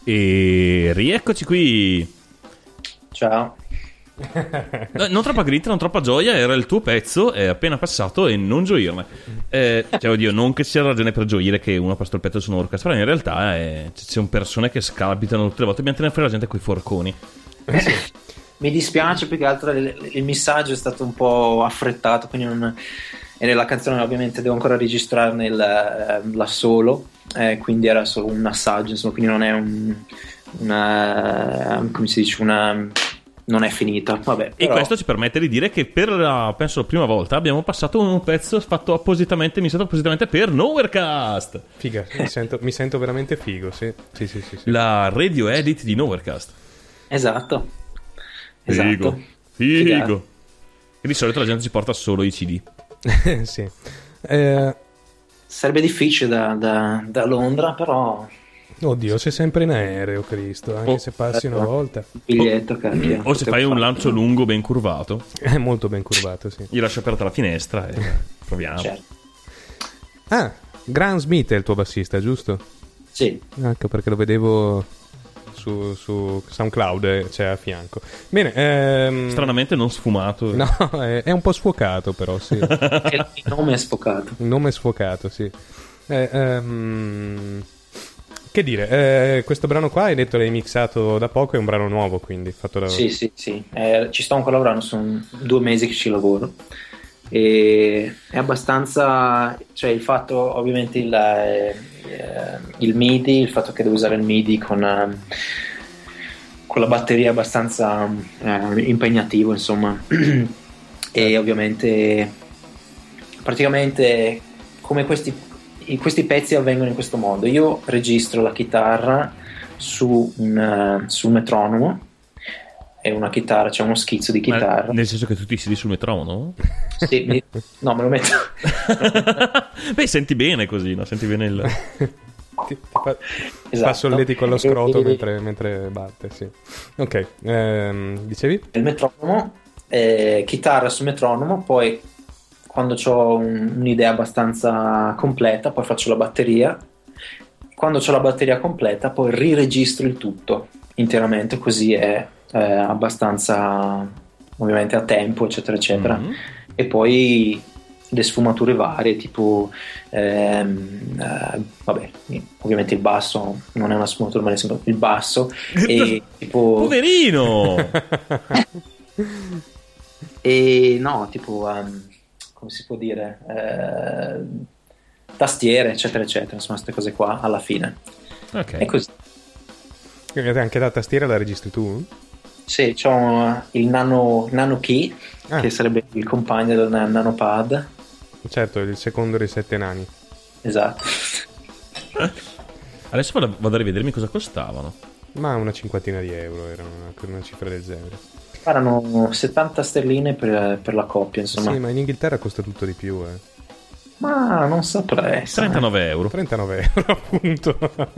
E rieccoci qui. Ciao. No, non troppa grinta, non troppa gioia, era il tuo pezzo, è appena passato e non gioirne. Eh, cioè, oddio, non che sia ragione per gioire che uno ha passato il pezzo su un Overcast, però in realtà è, ci sono persone che scapitano tutte le volte, dobbiamo tenere fuori la gente coi forconi. Mi dispiace più che altro il, il messaggio è stato un po' affrettato, quindi non... e la canzone ovviamente devo ancora registrarne il, eh, la solo, eh, quindi era solo un assaggio, insomma, quindi non è un una, come si dice, una non è finita, vabbè, e però... questo ci permette di dire che per la, penso la prima volta abbiamo passato un pezzo fatto appositamente, missato appositamente per Nowherecast. Figa, mi sento, mi sento veramente figo, sì. Sì, sì, sì, sì. La radio edit di Nowherecast. Esatto. Figo. Esatto. Figo. Figata. E di solito la gente ci porta solo i C D. Sì. Eh, Sarebbe difficile da, da, da Londra, però oddio, sei sempre in aereo, Cristo, anche Oh. se passi una volta. il biglietto, cacchio. O se fai un lancio lungo ben curvato, È molto ben curvato, sì. gli lascio aperta la finestra e proviamo. Certo. Ah, Graham Smith è il tuo bassista, giusto? Sì. Anche perché lo vedevo su, su SoundCloud, eh, c'è a fianco. Bene, ehm... Stranamente non sfumato. no, è, è un po' sfocato però, sì. Il nome è sfocato. Il nome è sfocato, sì. Eh, ehm, Che dire, eh, questo brano qua hai detto l'hai mixato da poco, è un brano nuovo, quindi fatto da... Sì, sì, sì. Eh, ci sto ancora lavorando, sono due mesi che ci lavoro. E è abbastanza, cioè il fatto, ovviamente il, eh, il MIDI, il fatto che devo usare il MIDI con, eh, con la batteria è abbastanza eh, impegnativo, insomma. E ovviamente praticamente come questi, questi pezzi avvengono in questo modo: io registro la chitarra su un, uh, su un metronomo, è una chitarra, c'è uno schizzo di Ma chitarra. nel senso che tu ti siedi sul metronomo? Sì, mi- no, me lo metto. Beh, senti bene così, no? Senti bene il... Ti, ti fa, Esatto. fa solleti con lo scroto E- mentre, mentre batte, sì. Ok, ehm, dicevi? Il metronomo, eh, chitarra sul metronomo, poi quando ho un- un'idea abbastanza completa, poi faccio la batteria. Quando ho la batteria completa, poi riregistro il tutto interamente, così è eh, abbastanza, ovviamente, a tempo, eccetera, eccetera. Mhm. E poi le sfumature varie, tipo ehm, eh, vabbè, ovviamente il basso non è una sfumatura, ma nel senso, il basso e tipo Poverino! e no, tipo um, come si può dire, eh, tastiere, eccetera, eccetera, insomma, queste cose qua alla fine. Ok. E così. Quindi anche la tastiera la registri tu? Sì, c'ho il nano, nano key, Ah. che sarebbe il compagno del na- nanopad. Certo, il secondo dei sette nani. Esatto. Adesso vado, vado a rivedermi cosa costavano. Ma una cinquantina di euro era una, una cifra del genere. Erano settanta sterline per, per la coppia, insomma. Sì, ma in Inghilterra costa tutto di più, eh. Ma non saprei. sai. trentanove euro. trentanove euro, appunto.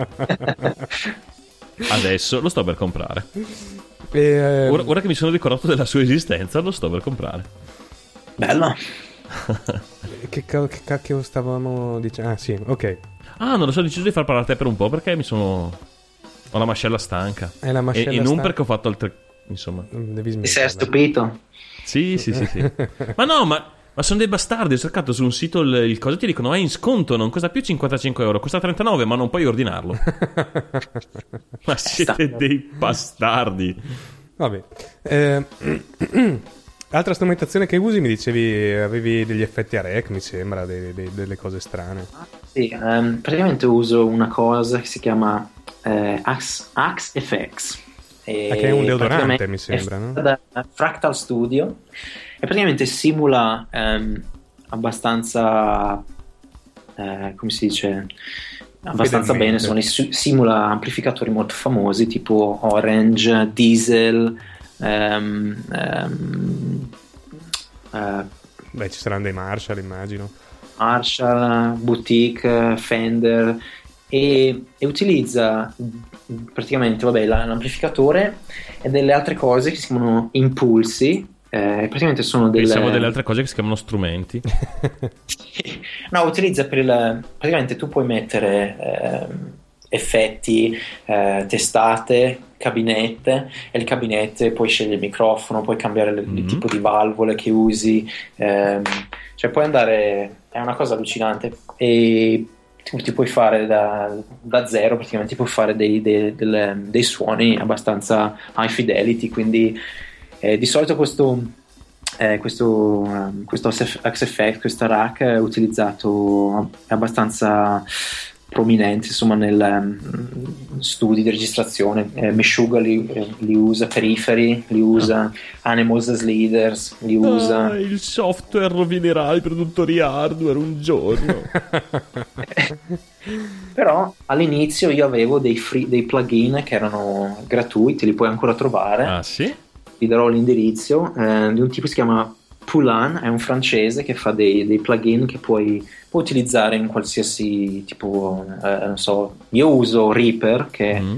Adesso lo sto per comprare. E, ehm, Ora, ora che mi sono ricordato della sua esistenza, lo sto per comprare. Bello. Che, ca- che cacchio stavamo dicendo? Ah, sì, ok. Ah, non lo so, ho deciso di far parlare a te per un po' perché mi sono... Ho la mascella stanca. È la mascella e, e non stanca. perché ho fatto altre... Insomma... Devi Ti sei smetterla. stupito? Sì, sì, sì, sì. Ma no, ma... Ma sono dei bastardi, ho cercato su un sito il, il cosa, ti dicono è in sconto, non costa più cinquantacinque euro, costa trentanove, ma non puoi ordinarlo. Ma siete dei bastardi. Vabbè. Eh, altra strumentazione che usi, mi dicevi, avevi degli effetti a rec, mi sembra, dei- dei- delle cose strane. Sì, ehm, praticamente uso una cosa che si chiama eh, Axe, Axe F X. E Ah, che è un deodorante, praticamente mi sembra, è no? fatta da Fractal Studio e praticamente simula ehm, abbastanza, eh, come si dice, abbastanza Fedelmente. bene, insomma, si- simula amplificatori molto famosi tipo Orange, Diesel, ehm, ehm, eh, Beh, ci saranno dei Marshall, immagino. Marshall, Boutique, Fender e, e utilizza praticamente vabbè, la- l'amplificatore e delle altre cose che si chiamano impulsi. Eh, praticamente sono delle, Pensavo delle altre cose che si chiamano strumenti. no, utilizza per il praticamente tu puoi mettere ehm, effetti, eh, testate, cabinette, e il cabinette puoi scegliere il microfono, puoi cambiare le- Mhm. il tipo di valvole che usi, ehm, cioè puoi andare, è una cosa allucinante, e tu ti puoi fare da, da zero, praticamente ti puoi fare dei, dei- delle- dei suoni abbastanza high fidelity, quindi eh, di solito questo eh, questo, ehm, questo Axe F X, questa rack è utilizzato, è abbastanza prominente insomma nel ehm, studi di registrazione. eh, Meshuggah li, eh, li usa, Periphery li usa, Animals as Leaders li usa. Ah, il software rovinerà i produttori hardware un giorno. Però all'inizio io avevo dei, free, dei plugin che erano gratuiti, li puoi ancora trovare. Ah sì? Vi darò l'indirizzo eh, di un tipo che si chiama Poulan, è un francese che fa dei, dei plugin che puoi, puoi utilizzare in qualsiasi tipo, eh, non so, io uso Reaper che Mm.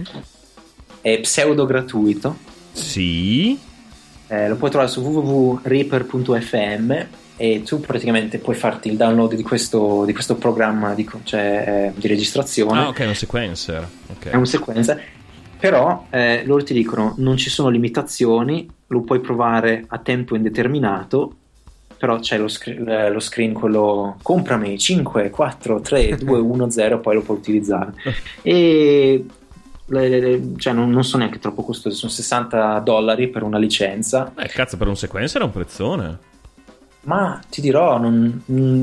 è pseudo gratuito, Sì. eh, lo puoi trovare su w w w punto reaper punto f m e tu praticamente puoi farti il download di questo, di questo programma di, co- cioè, eh, di registrazione. Ah ok, è un sequencer. Ok. È un sequencer, però eh, loro ti dicono non ci sono limitazioni, lo puoi provare a tempo indeterminato, però c'è lo, screen, eh, lo screen quello comprami cinque, quattro, tre, due, uno, zero, poi lo puoi utilizzare. E le- le- le- cioè non, non sono neanche troppo costosi, sono sessanta dollari per una licenza, Eh, cazzo, per un sequencer è un prezzone. ma ti dirò non,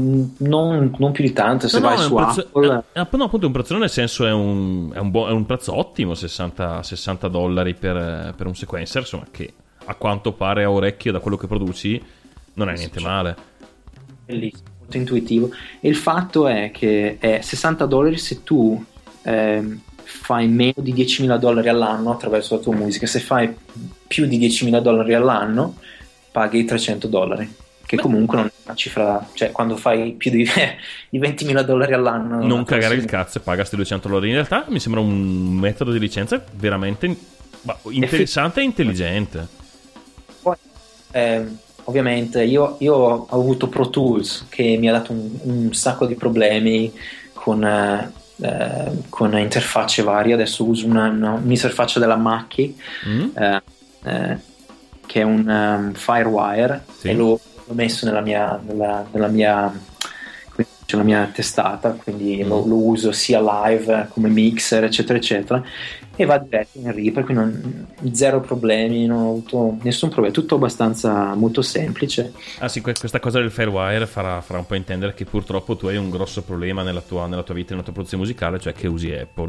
non- non più di tanto se No, no, vai è su un prezzo- Apple. eh, eh, no, appunto, è un prezzone nel senso è un, è un, buo- è un prezzo ottimo, sessanta, sessanta dollari per, per un sequencer, insomma, che a quanto pare a orecchio da quello che produci non è niente male. Bellissimo, molto intuitivo. E il fatto è che è sessanta dollari se tu ehm, fai meno di diecimila dollari all'anno attraverso la tua musica. Se fai più di diecimila dollari all'anno paghi trecento dollari, che Beh. comunque non è una cifra, cioè quando fai più di, di ventimila dollari all'anno Non cagare il forse- cazzo e paga questi duecento dollari. In realtà mi sembra un metodo di licenza veramente bah, interessante e intelligente. Poi, ehm, ovviamente io, io ho avuto Pro Tools che mi ha dato un, un sacco di problemi con, eh, eh, con interfacce varie. Adesso uso una, una, un'interfaccia della Mackie, Mm? eh, eh, che è un um, Firewire, Sì. e l'ho, l'ho messo nella mia, nella, nella mia quindi c'è la mia testata, quindi Mm. lo, lo uso sia live come mixer eccetera eccetera, e va diretto in Reaper, quindi non, zero problemi, non ho avuto nessun problema, tutto abbastanza molto semplice. Ah sì, que- questa cosa del Firewire farà, farà un po' intendere che purtroppo tu hai un grosso problema nella tua, nella tua vita, nella tua produzione musicale, cioè che usi Apple.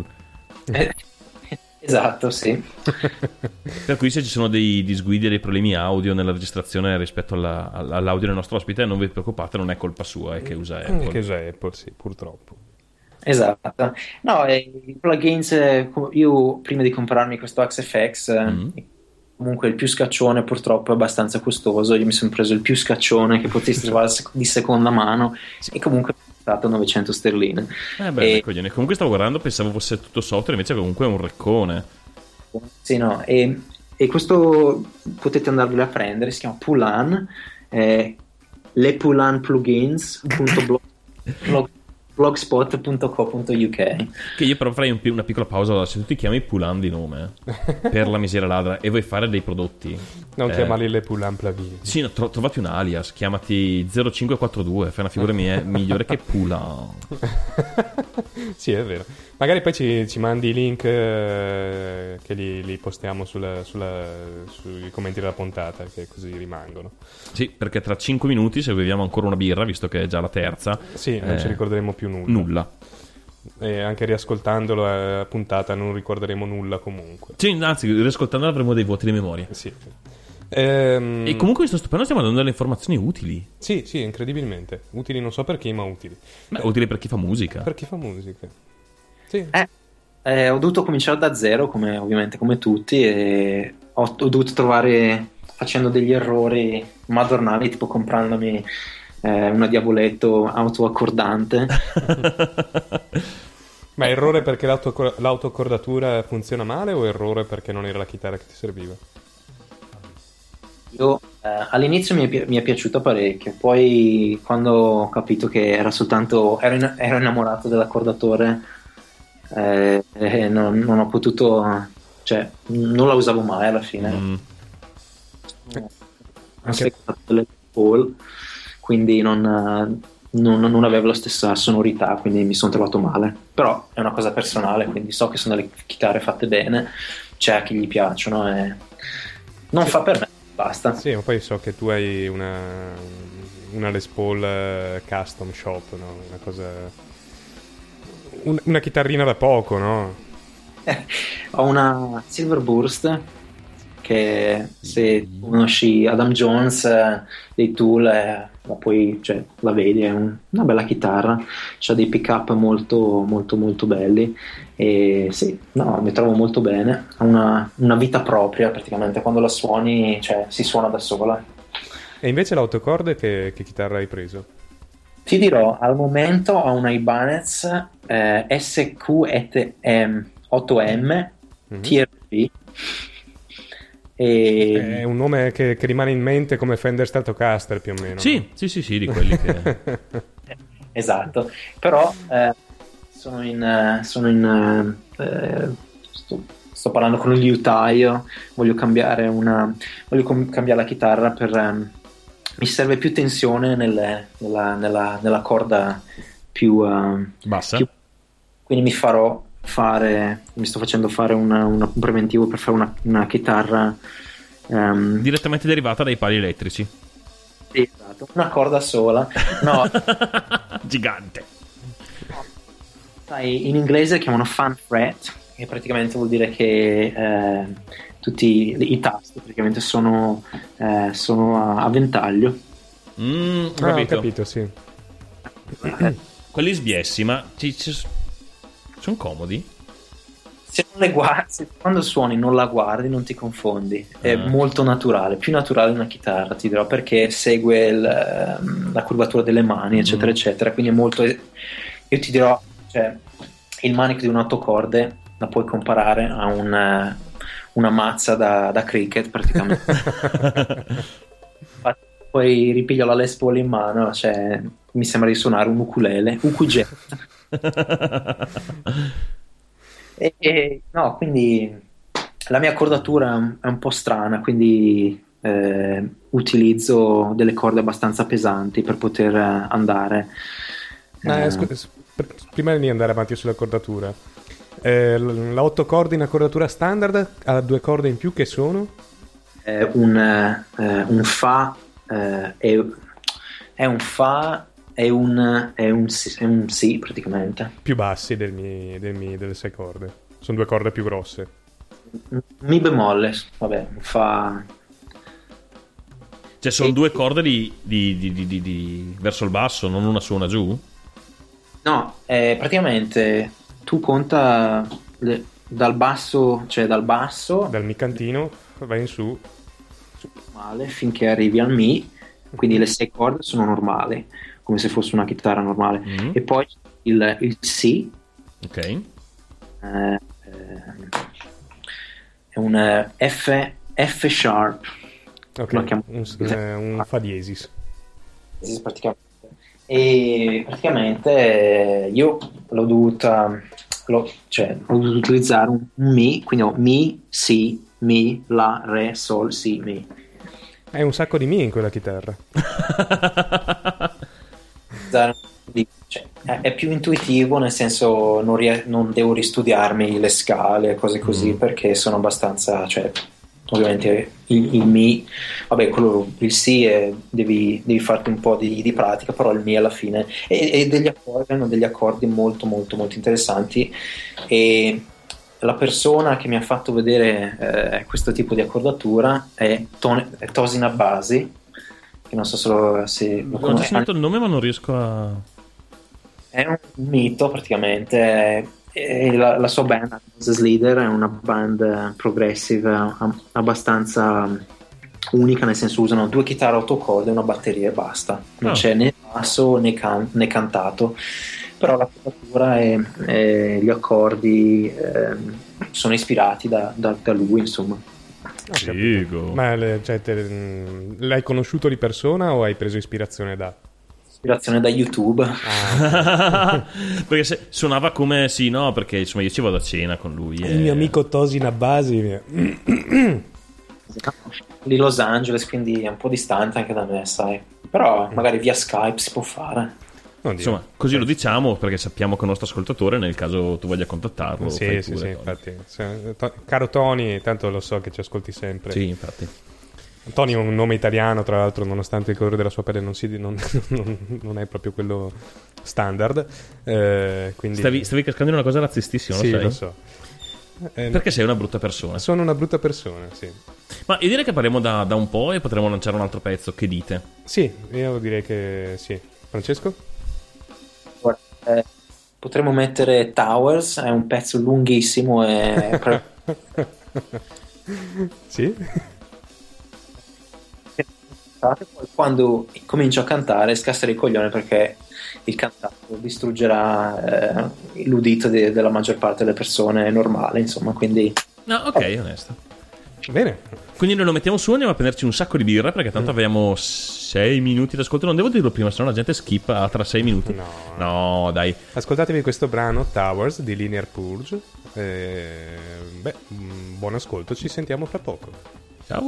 Esatto, sì. Per cui se ci sono dei disguidi e dei problemi audio nella registrazione rispetto alla- all'audio del nostro ospite, non vi preoccupate, non è colpa sua, è che usa Apple. Che usa Apple, sì, purtroppo. Esatto. No, eh, i plugins, eh, co- io prima di comprarmi questo Axe F X, eh, Mm. comunque il più scaccione purtroppo è abbastanza costoso. Io mi sono preso il più scaccione che potessi trovare sec- di seconda mano, e comunque è costato novecento sterline. Eh beh, E- coglione. Comunque stavo guardando, pensavo fosse tutto software, invece comunque è un reccone. Sì, no, e, e questo potete andarvelo a prendere, si chiama Poulan, eh, lepoulanplugins.blog blogspot punto co punto u k. Che io però farei un pi- una piccola pausa. Allora, se tu ti chiami Pulan di nome, per la miseria ladra, e vuoi fare dei prodotti, Non eh, chiamarli le Poulan plugin. sì, no, tro- trovati un alias, chiamati zero cinque quattro due, fai una figura mia, migliore che Pulan. Sì, è vero. Magari poi ci, ci mandi i link eh, che li, li postiamo sulla- sulla- sui commenti della puntata, che così rimangono. Sì, perché tra cinque minuti, se beviamo ancora una birra, visto che è già la terza, Sì, non eh, ci ricorderemo più nulla. nulla. E anche riascoltandolo eh, a puntata non ricorderemo nulla comunque. Sì, anzi, riascoltando avremo dei vuoti di memoria. Sì. Ehm, E comunque mi sto stupendo, stiamo dando delle informazioni utili. Sì, sì, incredibilmente. Utili non so per chi, ma utili. Beh, utili per chi fa musica. Per chi fa musica. Sì. Eh, eh, ho dovuto cominciare da zero, come ovviamente come tutti, e ho, ho dovuto trovare, facendo degli errori madornali, tipo comprandomi eh, una Diavoletto autoaccordante. Ma errore perché l'auto- l'autoaccordatura funziona male o errore perché non era la chitarra che ti serviva? Io eh, all'inizio mi è, pi- mi è piaciuta parecchio, poi quando ho capito che era soltanto ero, in- ero innamorato dell'accordatore, eh, e non, non ho potuto, cioè non la usavo mai alla fine. Mm. Ho aspettato delle Paul, quindi non, non, non avevo la stessa sonorità, quindi mi sono trovato male. Però è una cosa personale, quindi so che sono delle chitarre fatte bene, c'è a chi gli piacciono e non fa per me, basta. Sì, ma poi so che tu hai una, una Les Paul eh, custom shop, no? Una cosa... un- una chitarrina da poco, no? Ho una Silver Burst che, se conosci Adam Jones eh, dei Tool, eh, la puoi, cioè, la vedi, è un- una bella chitarra, c'ha dei pick up molto molto molto belli e sì, no, mi trovo molto bene, ha una, una vita propria praticamente, quando la suoni, cioè, si suona da sola. E invece l'autocorde che, che chitarra hai preso? Ti dirò, al momento ho una Ibanez eh, S Q otto M Mhm. Tier B e È un nome che, che rimane in mente come Fender Stratocaster più o meno. Sì, sì, sì, sì, di quelli che... esatto, però eh, sono in, eh, sono in eh, sto, sto parlando con il liutaio, voglio cambiare una voglio com- cambiare la chitarra per ehm, mi serve più tensione nelle- nella, nella- nella corda più, ehm, Bassa? più- quindi mi farò fare mi sto facendo fare una- una- un preventivo per fare una, una chitarra ehm, Direttamente derivata dai pali elettrici. sì, esatto, una corda sola, no. Gigante. Sai, in inglese chiamano fan fret, che praticamente vuol dire che eh, tutti i tasti praticamente sono, eh, sono a, a ventaglio. Mm, ho Ah, ho capito. capito, sì. Quelli sbiessi, ma ci, ci- sono comodi? Se non le guardi, se quando suoni non la guardi, non ti confondi. È Ah. molto naturale, più naturale di una chitarra, ti dirò, perché segue il, ehm, la curvatura delle mani, eccetera, Mm. eccetera. Quindi è molto. Io ti dirò, cioè, il manico di un otto corde la puoi comparare a un, eh, una mazza da, da cricket, praticamente. Infatti, poi ripiglio la Les Paul in mano, cioè, mi sembra di suonare un ukulele, ukulele. E, e- no, quindi la mia cordatura è un po' strana, quindi eh, utilizzo delle corde abbastanza pesanti per poter eh, andare. Ah, Eh, scu- s- pr- prima di andare avanti sulla cordatura, eh, l- la otto corde in una cordatura standard ha due corde in più che sono? è un, eh, un Fa, eh, è, è un Fa e un, è un, Si- è un Si praticamente. Più bassi del mi, del mi- delle sei corde. Sono due corde più grosse. Mi bemolle, vabbè, un Fa. Cioè, sono due corde di, di- di- di- di- di- verso il basso, non una su una giù? No, eh, praticamente tu conta le- dal basso, cioè dal basso Dal mi cantino vai in su. normale finché arrivi al Mi, quindi le sei corde sono normali, come se fosse una chitarra normale. Mm. E poi il, il Si Ok. eh, eh, è un eh, F, F sharp, Ok, Lo chiamo- un, eh, un fa diesis. sì, praticamente. E praticamente eh, io l'ho dovuta l'ho, cioè, ho dovuto utilizzare un, un Mi, quindi ho Mi, Si, Mi, La, Re, Sol, Si, Mi. Hai un sacco di mi in quella chitarra. Utilizzare- di- cioè, è, è più intuitivo, nel senso non, rie- non devo ristudiarmi le scale, cose così, Mm. perché sono abbastanza, cioè, ovviamente il, il Mi, vabbè, quello, il Si è- devi, devi farti un po' di, di pratica, però il Mi alla fine e, e degli accordi, hanno degli accordi molto molto molto interessanti, e la persona che mi ha fatto vedere eh, questo tipo di accordatura è, Tone, è Tosin Abbasi, che non so se lo, se lo Ho già conosci. sentito il nome, ma non riesco a. È un mito praticamente. E la, la sua band, Moses Leader, è una band eh, progressive eh, abbastanza unica, nel senso usano due chitarre a otto corde e una batteria e basta, non Ah. c'è né basso né, can- né cantato, però la coloratura e, e gli accordi ehm, sono ispirati da, da- da lui, insomma. Figo. Ma le- cioè, te- mh, l'hai conosciuto di persona o hai preso ispirazione da? ispirazione da YouTube. Perché se, suonava come sì, no, perché insomma io ci vado a cena con lui. Il e- mio amico Tosi Nabasi mi- Di Los Angeles, quindi è un po' distante anche da me, sai. Però magari via Skype si può fare. Oddio. Insomma, così lo diciamo perché sappiamo che è un nostro ascoltatore, nel caso tu voglia contattarlo. Sì, fai sì, pure, sì, Tony. infatti. Se- to- Caro Tony, tanto lo so che ci ascolti sempre. Sì, infatti. Tony è un nome italiano, tra l'altro, nonostante il colore della sua pelle non, si, non, non- non è proprio quello standard. Eh, quindi... Stavi, stavi cascando in una cosa razzistissima, Sì, lo sai? lo so. Eh, Perché sei una brutta persona. Sono una brutta persona, sì. Ma io direi che parliamo da, da un po' e potremo lanciare un altro pezzo. Che dite? Sì, io direi che sì. Francesco? Guarda, eh, potremmo mettere Towers, è un pezzo lunghissimo e Sì? quando comincio a cantare scasserei il coglione perché il cantato distruggerà eh, l'udito de- della maggior parte delle persone normale, insomma, quindi No, ok, onesto. Bene. Quindi noi lo mettiamo su, andiamo a prenderci un sacco di birra perché tanto abbiamo sei minuti d'ascolto. Non devo dirlo prima, sennò la gente skippa tra sei minuti. No. No, dai. Ascoltatevi questo brano, Towers, di Linear Purge. Eh, beh, mm, buon ascolto, ci sentiamo fra poco. Ciao.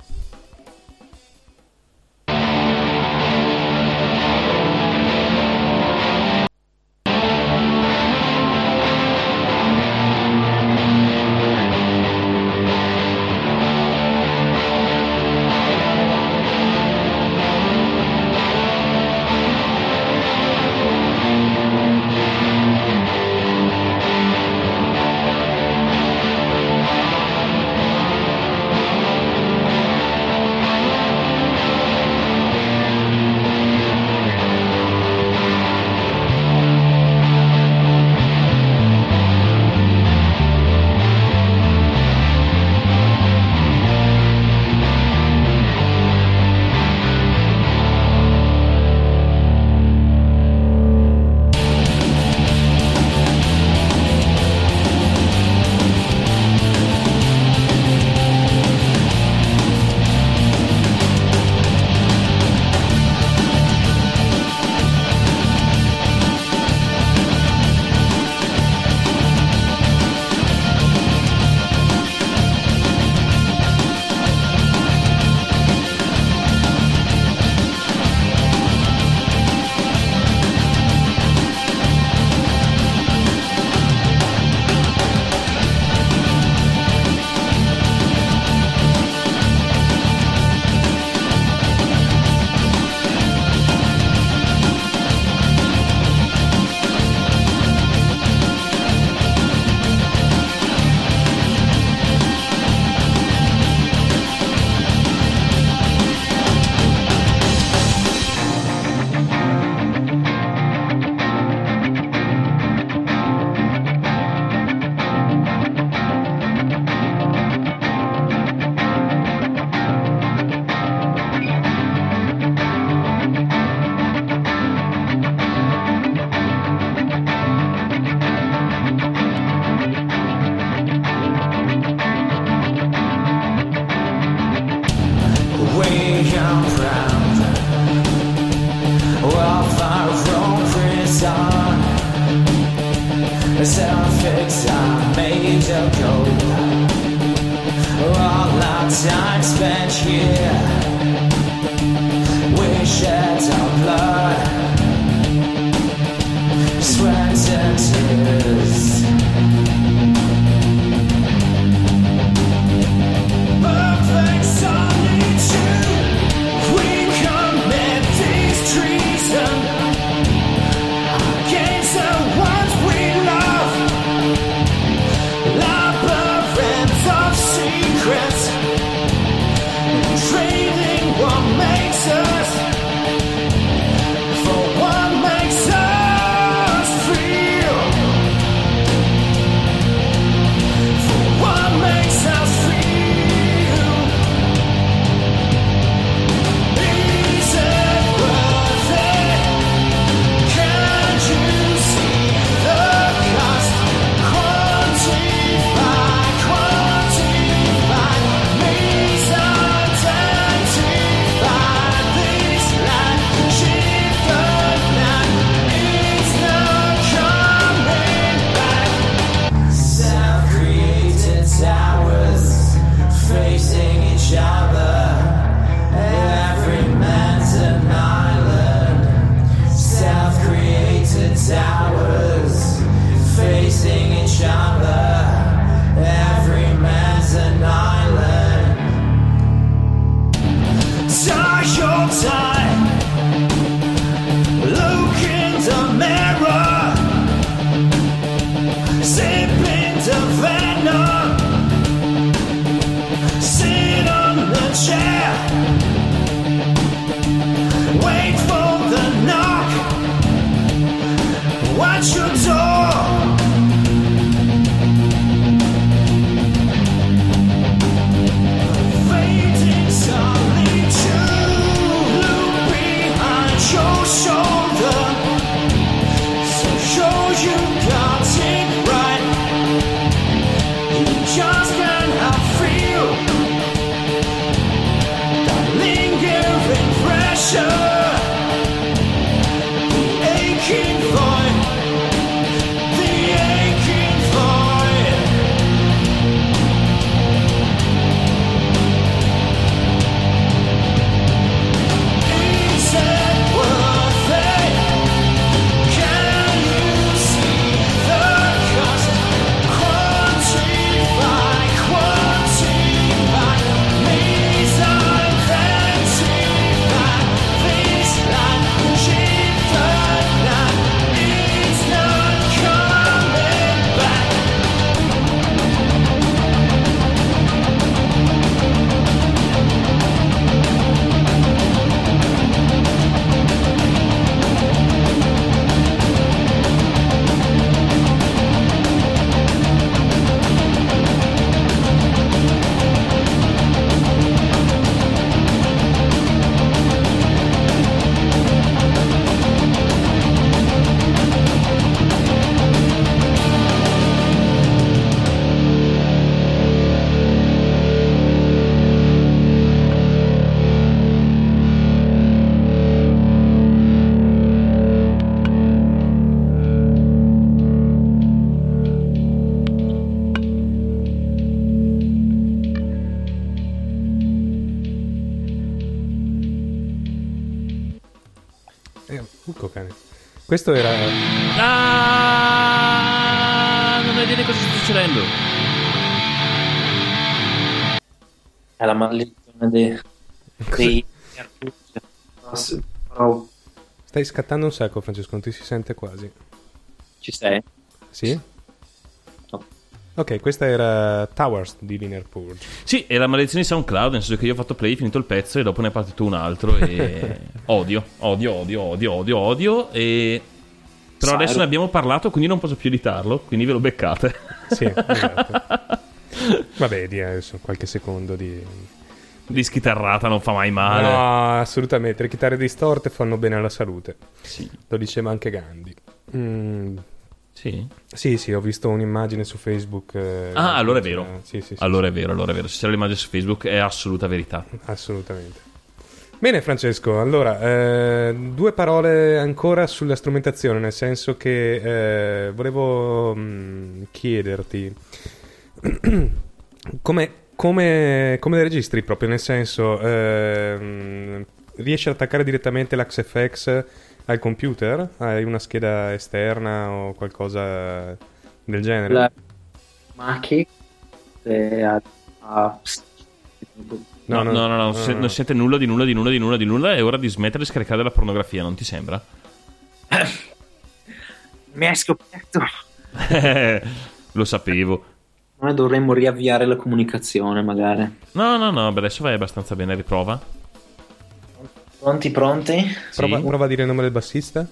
Time spent here, we shed our blood, sweat and tears. Perfect solitude, we commit these treason against the ones we love. Labyrinth of secrets. Trade Questo era... Ah, non hai idea cosa sta succedendo. È la maledizione dei... dei... Però Stai scattando un sacco, Francesco, non ti si sente quasi. ci sei? Sì? No. Ok, questa era Towers di Linear Purge. Sì, è la maledizione di SoundCloud, nel senso che io ho fatto play, finito il pezzo e dopo ne è partito un altro e odio, odio, odio, odio, odio, odio e... Però Sai, adesso lo- ne abbiamo parlato, quindi non posso più editarlo, quindi ve lo beccate. Sì, esatto. Vabbè, di adesso qualche secondo di... Di schitarrata non fa mai male. No, assolutamente. Le chitarre distorte fanno bene alla salute. Sì. Lo diceva anche Gandhi. Mm, Sì. sì, sì, ho visto un'immagine su Facebook. eh, Ah, allora è cioè, vero. Sì, sì, sì, Allora è vero, allora è vero. Se c'era l'immagine su Facebook è assoluta verità. assolutamente. Bene, Francesco, allora, eh, due parole ancora sulla strumentazione, nel senso che eh, volevo mh, chiederti come, come, come le registri proprio, nel senso, ehm, riesci ad attaccare direttamente l'Axe F X al computer? Hai una scheda esterna o qualcosa del genere? La Macchi eh, ha, ha- No, no, no, no, no, se- no. non siete nulla di nulla di nulla di nulla di nulla. È ora di smettere di scaricare la pornografia, non ti sembra? mi hai scoperto. Lo sapevo. Noi dovremmo riavviare la comunicazione magari. No, no, no, beh, adesso vai abbastanza bene, riprova. Pronti, pronti? Prova, Sì. prova a dire il nome del bassista.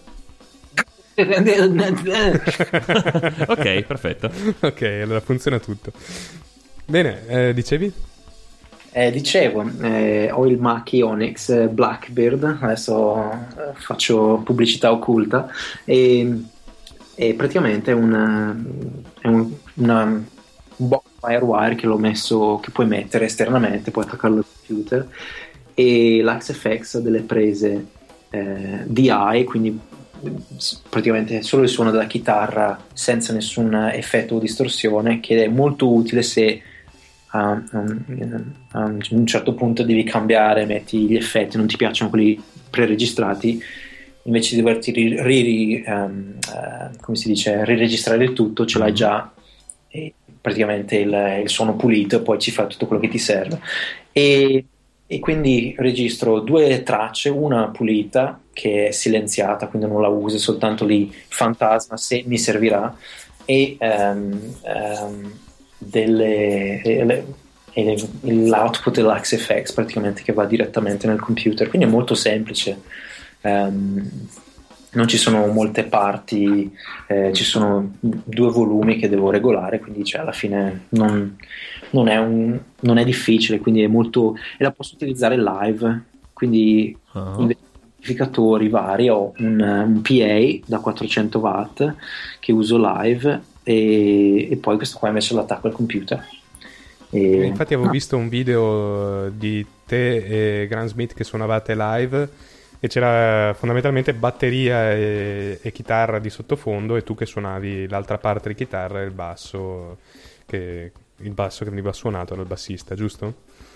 Ok, perfetto. Ok, allora funziona tutto. Bene, eh, dicevi? Eh, dicevo, eh, ho il Macchi Onyx eh, Blackbird, adesso eh, faccio pubblicità occulta e, e praticamente è, una, è un, una, un box Firewire che l'ho messo, che puoi mettere esternamente, puoi attaccarlo al computer, e l'Axe F X ha delle prese eh, D I, quindi s- praticamente solo il suono della chitarra senza nessun effetto o distorsione, che è molto utile se a, a- a un certo punto devi cambiare, metti gli effetti, non ti piacciono quelli preregistrati, invece di doverti ri, ri- ri- ehm, eh, come si dice, riregistrare il tutto, ce l'hai già e praticamente il, il suono pulito e poi ci fa tutto quello che ti serve. E, e quindi registro due tracce, una pulita che è silenziata, quindi non la uso, è soltanto lì fantasma se mi servirà, e ehm, ehm, delle, e le- e le- l'output dell'Axe F X praticamente che va direttamente nel computer, quindi è molto semplice. Ehm, non ci sono molte parti, eh, ci sono due volumi che devo regolare, quindi cioè, alla fine non, non è un, non è difficile, quindi è molto, e la posso utilizzare live, quindi Ah. invece di amplificatori vari ho un, un P A da quattrocento watt che uso live e, e poi questo qua invece lo attacco al computer. E, Infatti avevo no, visto un video di te e Grant Smith che suonavate live e c'era fondamentalmente batteria e, e chitarra di sottofondo e tu che suonavi l'altra parte di chitarra e il basso che, il basso che veniva suonato dal bassista, giusto?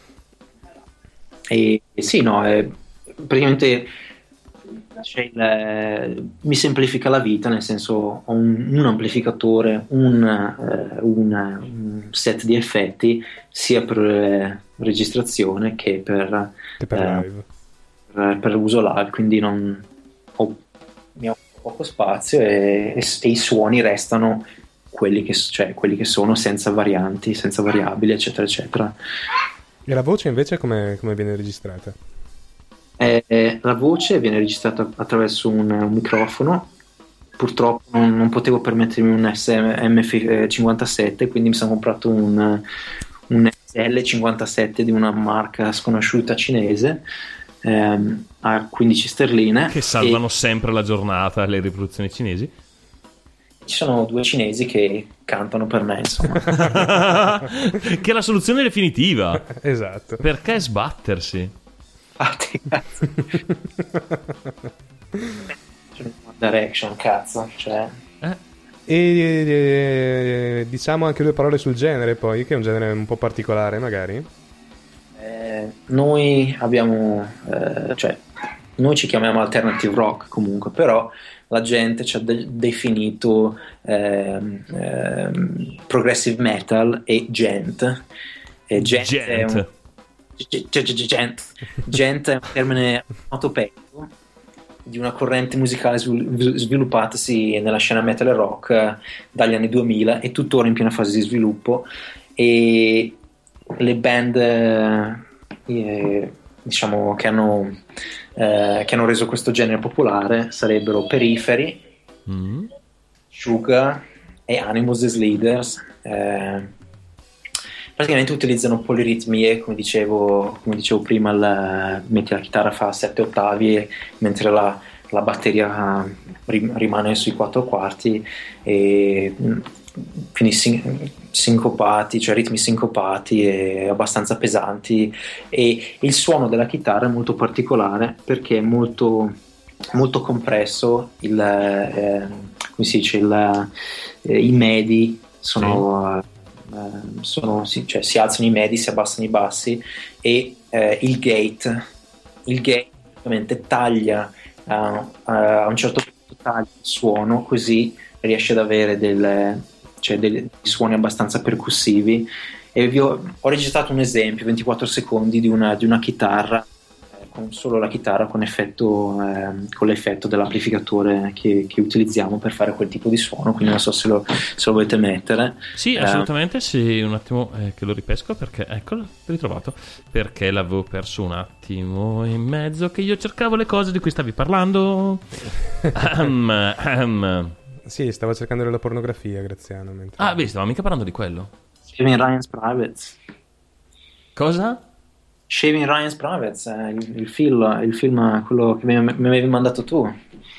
E, e sì, no, è, praticamente c'è il, eh, mi semplifica la vita, nel senso ho un, un amplificatore, un, eh, un, un set di effetti sia per eh, registrazione che per, Che per eh, live. per, per uso live, quindi non ho, mi ho poco spazio e, e, e i suoni restano quelli che, cioè, quelli che sono, senza varianti, senza variabili, eccetera, eccetera. E la voce invece come, come viene registrata? Eh, eh, la voce viene registrata attraverso un, un microfono. Purtroppo non, non potevo permettermi un S M F cinquantasette, quindi mi sono comprato un, un S L cinquantasette di una marca sconosciuta cinese, ehm, a quindici sterline. Che salvano sempre la giornata le riproduzioni cinesi. E ci sono due cinesi che cantano per me, insomma. Che è la soluzione definitiva. Esatto. Perché sbattersi? Infatti, cazzo. C'è One Direction, cazzo, cioè. Eh? E eh, diciamo anche due parole sul genere poi, che è un genere un po' particolare magari. Eh, noi abbiamo, eh, cioè, noi ci chiamiamo alternative rock comunque, però la gente ci ha de- definito ehm, ehm, progressive metal e gent. E gent, È un, Gent. G- g- g- gent. Gent è un termine onomatopeico di una corrente musicale svil- sviluppatasi nella scena metal e rock eh, dagli anni duemila e tuttora in piena fase di sviluppo, e le band eh, eh, diciamo che hanno, eh, che hanno reso questo genere popolare sarebbero Periphery, Mm. Sugar e Animals as Leaders. Eh, praticamente utilizzano poliritmie, come dicevo, come dicevo prima, il, metti la chitarra fa sette ottavi mentre la, la batteria rim- rimane sui quattro quarti, e mm, quindi sin- sincopati, cioè ritmi sincopati e abbastanza pesanti, e il suono della chitarra è molto particolare perché è molto, molto compresso, il, eh, come si dice, il, eh, i medi sono... eh, sono si, cioè, si alzano i medi, si abbassano i bassi, e eh, il gate il gate ovviamente taglia uh, uh, a un certo punto taglia il suono, così riesce ad avere delle, cioè, dei suoni abbastanza percussivi. E vi ho, ho registrato un esempio ventiquattro secondi di una, di una chitarra eh, con solo la chitarra con effetto eh, con l'effetto dell'amplificatore che, che utilizziamo per fare quel tipo di suono, quindi non so se lo, se lo volete mettere. Sì, Eh, assolutamente, sì, un attimo eh, che lo ripesco perché, eccolo, ritrovato, perché l'avevo perso un attimo in mezzo che io cercavo le cose di cui stavi parlando. Ahem, ahem. Sì, stavo cercando della pornografia, Graziano. Mentre... Ah, beh, stavamo mica parlando di quello. Shaving Ryan's Privates. Cosa? Shaving Ryan's Privates, eh, il, il film, il film quello che mi, mi avevi mandato tu.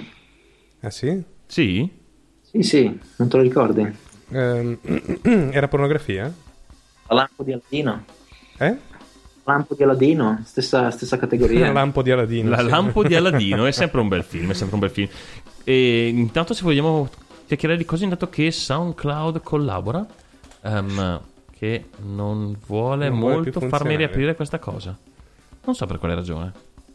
Ah sì? Sì? Sì, sì, non te lo ricordi? Ehm, era pornografia? La lampo di Aladino. Eh? Lampo di Aladino, stessa, stessa categoria. La lampo di Aladino. La sì. lampo di Aladino è sempre un bel film, è sempre un bel film. E intanto se vogliamo chiacchierare di cose, intanto che SoundCloud collabora, ehm, che non vuole Non vuole molto più farmi funzionare. riaprire questa cosa. Non so per quale ragione.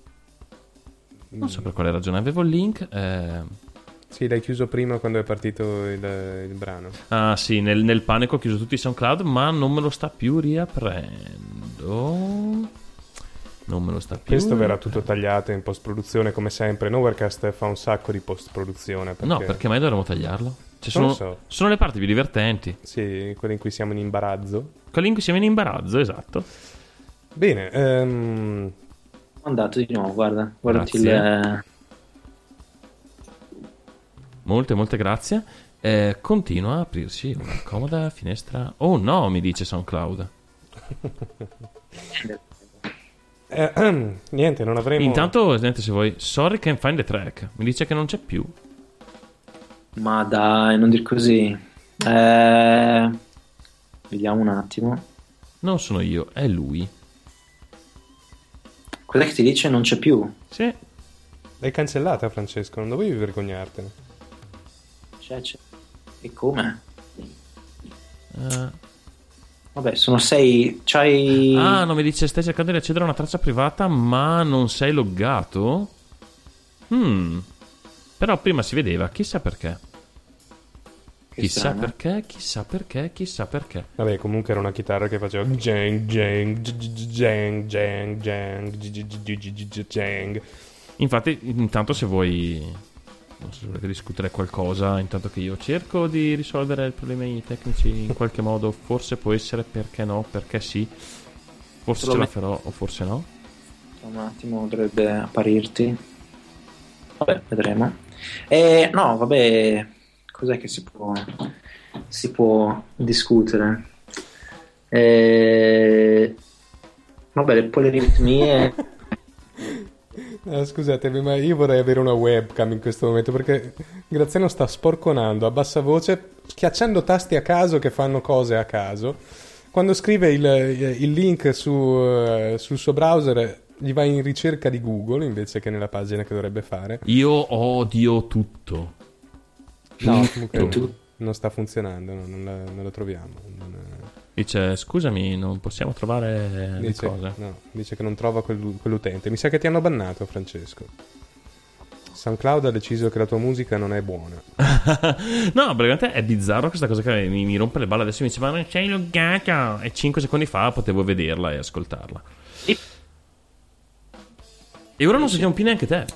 Non so per quale ragione. Avevo il link. eh, Sì, l'hai chiuso prima quando è partito il, il brano. Ah sì, nel, nel panico ho chiuso tutti i SoundCloud, ma non me lo sta più riaprendo. Non me lo sta più. Questo verrà tutto tagliato in post-produzione, come sempre. Nowherecast fa un sacco di post-produzione. Perché... No, perché mai dovremmo tagliarlo? Cioè, Non sono, lo so. sono le parti più divertenti. Sì, quelle in cui siamo in imbarazzo. Quelle in cui siamo in imbarazzo, esatto. Bene, ehm, Ho andato di nuovo, guarda, guardati il... Grazie. Molte, molte grazie. Eh, continua a aprirsi una comoda finestra. Oh no, mi dice SoundCloud. eh, ehm, niente, non avremo... Intanto, niente, se vuoi. Sorry, can't find the track. Mi dice che non c'è più. Ma dai, non dir così. Eh, vediamo un attimo. Non sono io, è lui. Cos'è che ti dice non c'è più? Sì. L'hai cancellata, Francesco, non dovevi vergognartene. C'è, c'è. E come? Eh, Vabbè, sono sei... C'hai... Ah, no, mi dice stai cercando di accedere a una traccia privata, ma non sei loggato? Hmm. Però prima si vedeva, chissà perché. Che Chissà strano. perché, chissà perché, chissà perché. Vabbè, comunque era una chitarra che faceva jang, jang, jang, jang, jang, jang, jang. Infatti, intanto se vuoi, non so se volete discutere qualcosa, intanto che io cerco di risolvere i problemi tecnici in qualche modo, forse può essere, perché no, perché sì, forse ce la farò o forse no. Un attimo, dovrebbe apparirti. Vabbè, vedremo. Eh, no, vabbè, cos'è che si può, si può discutere? Eh, vabbè, le poliritmie... Eh, scusatemi, ma io vorrei avere una webcam in questo momento perché Graziano sta sporconando a bassa voce, schiacciando tasti a caso che fanno cose a caso. Quando scrive il, il link su, uh, sul suo browser gli va in ricerca di Google invece che nella pagina che dovrebbe fare. Io odio tutto. No, comunque Tu- non sta funzionando, no, non, la, non la troviamo. Non, Dice, scusami, non possiamo trovare le dice, cose. no, dice che non trova quel- quell'utente. Mi sa che ti hanno bannato, Francesco. SoundCloud ha deciso che la tua musica non è buona. No, praticamente è bizzarro questa cosa che mi, mi rompe le balle. Adesso mi dice, ma non sei loggata. E cinque secondi fa potevo vederla e ascoltarla. Sì. E ora non sentiamo più neanche te.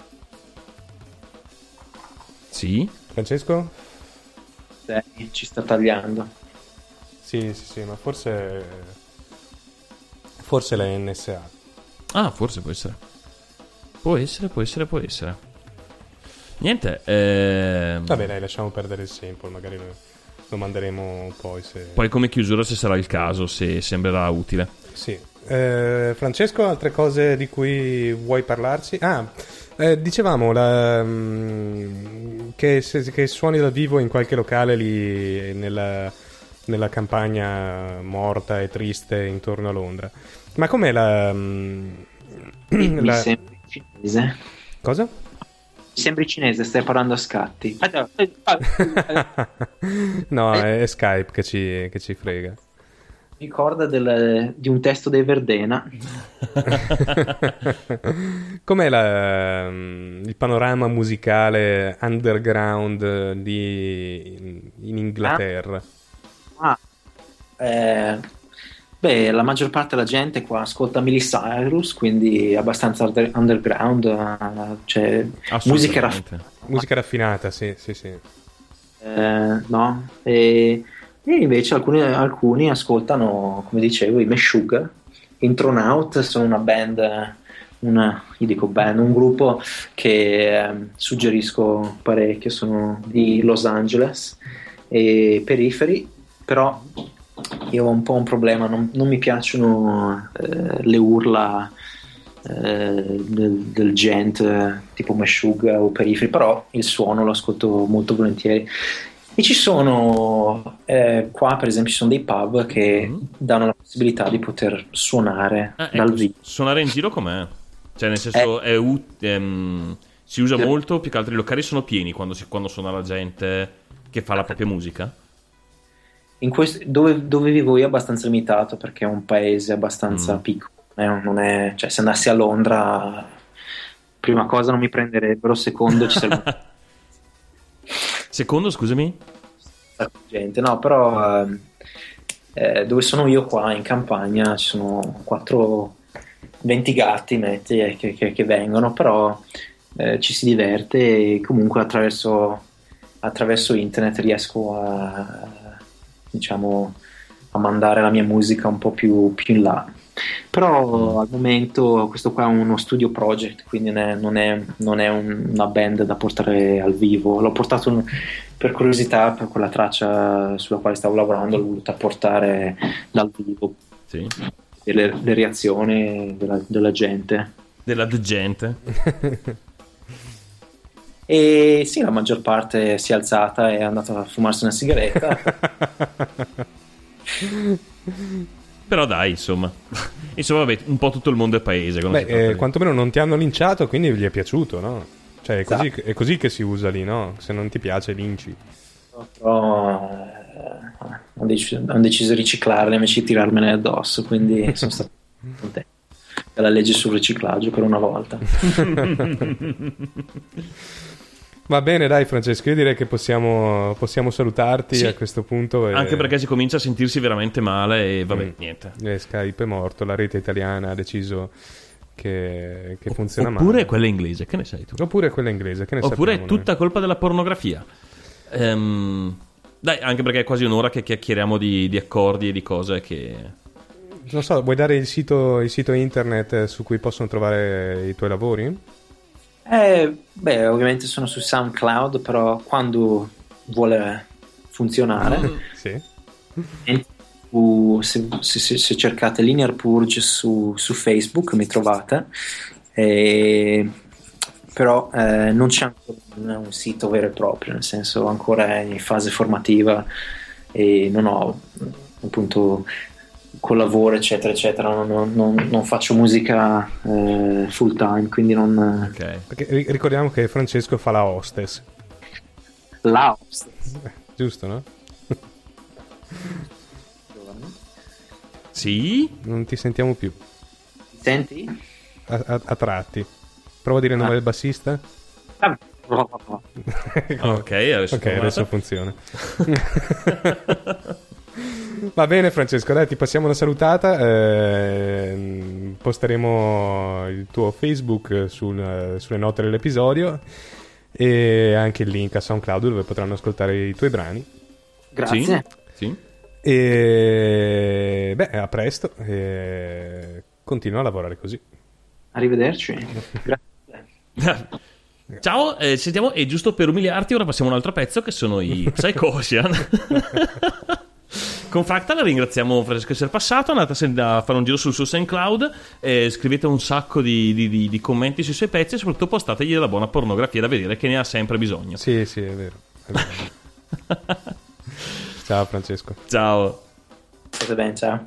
Sì? Francesco? Eh, ci sta tagliando. Sì, sì, sì, ma forse... Forse la N S A. Ah, forse può essere. Può essere, può essere, può essere. Niente. Ehm... Vabbè, dai, lasciamo perdere il sample, magari lo, lo manderemo poi se... Poi come chiusura, se sarà il caso, se sembrerà utile. Sì. Eh, Francesco, altre cose di cui vuoi parlarci? Ah, eh, dicevamo la, mm, che, se, che suoni dal vivo in qualche locale lì nella, nella campagna morta e triste intorno a Londra. Ma com'è la... mm, Mi la... sembri cinese. Cosa? Mi sembri cinese, stai parlando a scatti. No, è Skype che ci, che ci frega. Ricorda del- di un testo dei Verdena. Com'è la, mm, il panorama musicale underground di, in, in Inghilterra? Ah, eh, beh, la maggior parte della gente qua ascolta Miley Cyrus, quindi abbastanza under- underground, eh, cioè musica raff- Assolutamente. Musica raffinata, sì, sì, sì. eh, no? E, e invece alcuni, alcuni ascoltano, come dicevo, i Meshuggah. Intronaut sono una band, una, io dico band, un gruppo che eh, suggerisco parecchio, sono di Los Angeles e periferi, però io ho un po' un problema, non, non mi piacciono eh, le urla eh, del, del gent eh, tipo Meshuggah o periferi, però il suono lo ascolto molto volentieri. E ci sono eh, qua per esempio ci sono dei pub che Mm. danno la possibilità di poter suonare Ah, dal ecco, vivo. suonare in giro com'è? Cioè, nel senso, è ut- ehm, si usa Sì. molto, più che altro i locali sono pieni quando, si, quando suona la gente che fa la propria musica. In quest- dove, dove vivo io è abbastanza limitato perché è un paese abbastanza Mm. piccolo, eh, non è, cioè se andassi a Londra prima cosa non mi prenderebbero, secondo ci sarebbe Secondo, scusami? tanta gente, no, però ehm, eh, dove sono io qua in campagna ci sono quattro venti gatti metti eh, che, che- che vengono, però eh, ci si diverte e comunque attraverso, attraverso internet riesco a, diciamo, a mandare la mia musica un po' più, più in là. Però al momento questo qua è uno studio project, quindi non è, non è- non è un- una band da portare al vivo. L'ho portato un- per curiosità, per quella traccia sulla quale stavo lavorando, l'ho voluta portare dal vivo Sì. e le, le reazioni della, della gente. Della gente. E sì, la maggior parte si è alzata e è andata a fumarsi una sigaretta. Però dai, insomma. Insomma, vabbè, un po' tutto il mondo è paese. quando Beh, si tratta eh, di- quantomeno non ti hanno linciato, quindi gli è piaciuto, no? Cioè, è così, Esatto. è così che si usa lì, no? Se non ti piace, linci. Però eh, ho deciso, ho deciso di riciclarle invece di tirarmene addosso, quindi sono stato contento della legge sul riciclaggio per una volta. Va bene, dai, Francesco, io direi che possiamo, possiamo salutarti Sì. a questo punto. E, Anche perché si comincia a sentirsi veramente male e vabbè, Mm. niente. e Skype è morto, la rete italiana ha deciso che, che funziona Oppure male. quella inglese, che ne sai tu? Oppure quella inglese, che ne Oppure è sappiamo tutta colpa della pornografia. Ehm, dai, anche perché è quasi un'ora che chiacchieriamo di, di accordi e di cose che... noi? Non so, vuoi dare il sito, il sito internet su cui possono trovare i tuoi lavori? Eh, beh, ovviamente sono su SoundCloud, però quando vuole funzionare, Sì. su- se, se- se- se cercate Linear Purge su, su Facebook mi trovate. E- però eh, non c'è ancora un, un sito vero e proprio, nel senso ancora è in fase formativa e non ho appunto col lavoro eccetera eccetera, non, non- non- non faccio musica eh, full time, quindi non Ok. Perché ri- ricordiamo che Francesco fa la hostess, la giusto, no? Sì? Non ti sentiamo più. senti? A, a- a tratti. Prova a dire il nome Ah. del bassista. Ok, adesso, ok, adesso funziona. Va bene Francesco, dai, ti passiamo una salutata, eh, posteremo il tuo Facebook sul, sulle note dell'episodio e anche il link a SoundCloud dove potranno ascoltare i tuoi brani. Grazie. Sì, sì. E beh, a presto, e continua a lavorare così. Arrivederci. Grazie. Ciao, eh, sentiamo, e giusto per umiliarti ora passiamo a un altro pezzo che sono i Psychocean. Con Fractal ringraziamo Francesco di essere passato, andate a fare un giro sul suo SoundCloud, eh, scrivete un sacco di, di, di, di commenti sui suoi pezzi e soprattutto postategli della buona pornografia da vedere, che ne ha sempre bisogno. Sì, sì, è vero, è vero. Ciao Francesco. Ciao. State bene, ciao.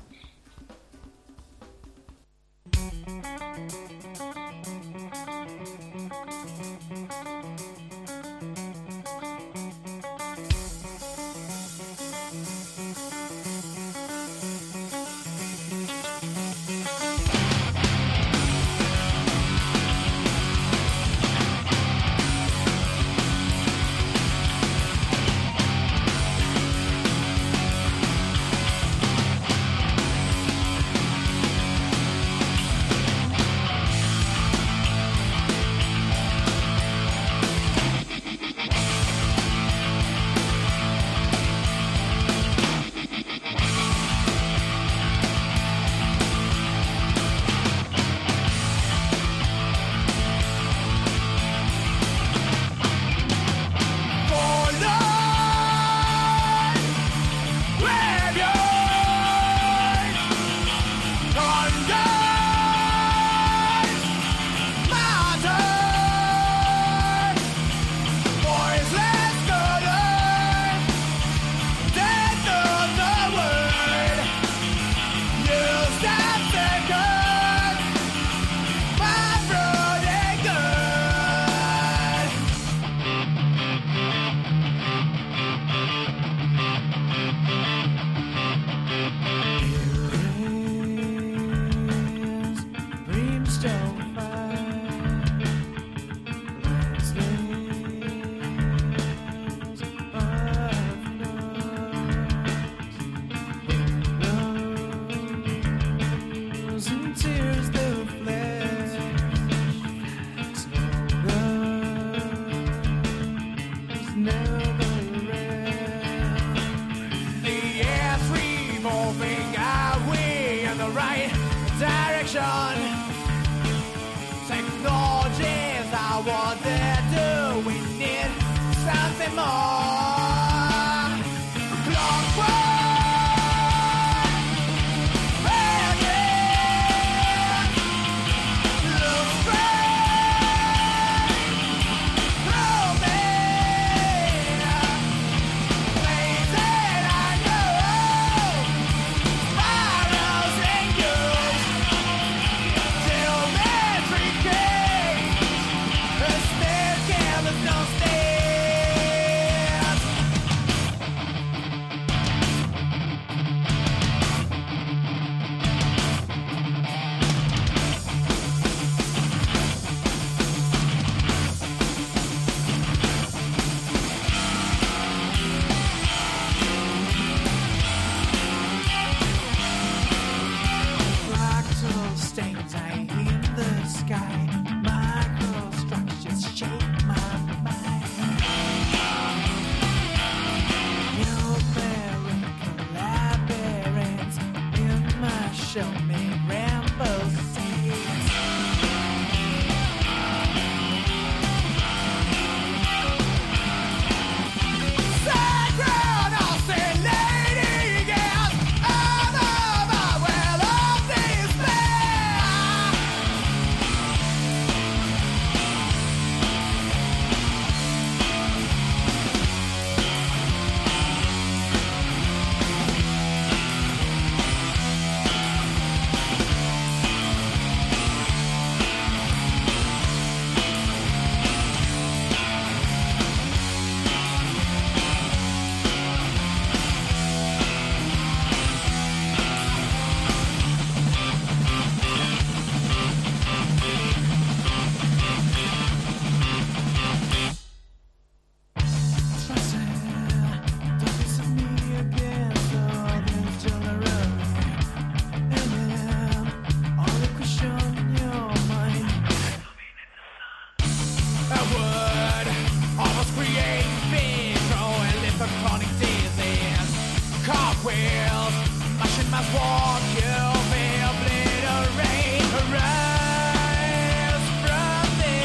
must walk, you'll be obliterate. Rise from the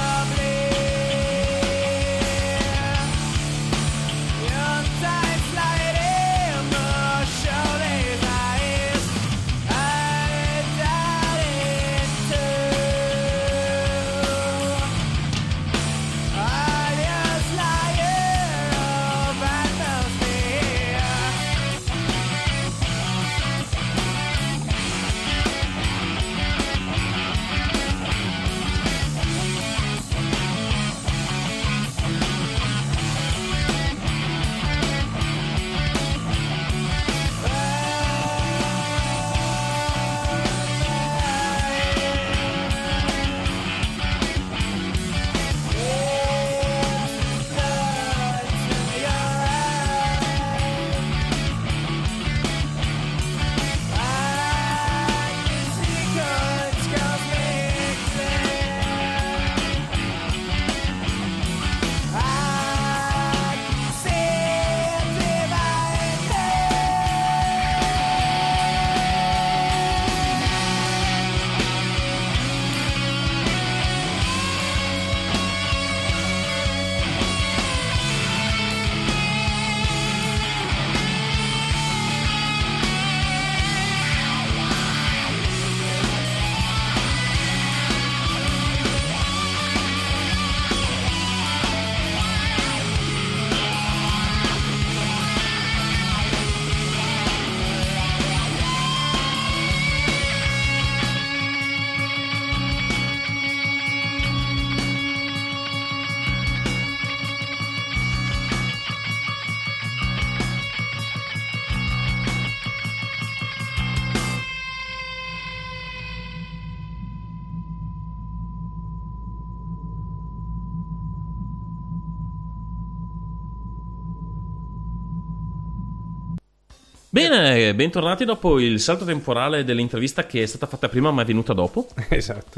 oblivion. Your time's lighting the shoulders eyes. I died in two. Alias liar of atmosphere. Bene, bentornati dopo il salto temporale dell'intervista che è stata fatta prima ma è venuta dopo. Esatto.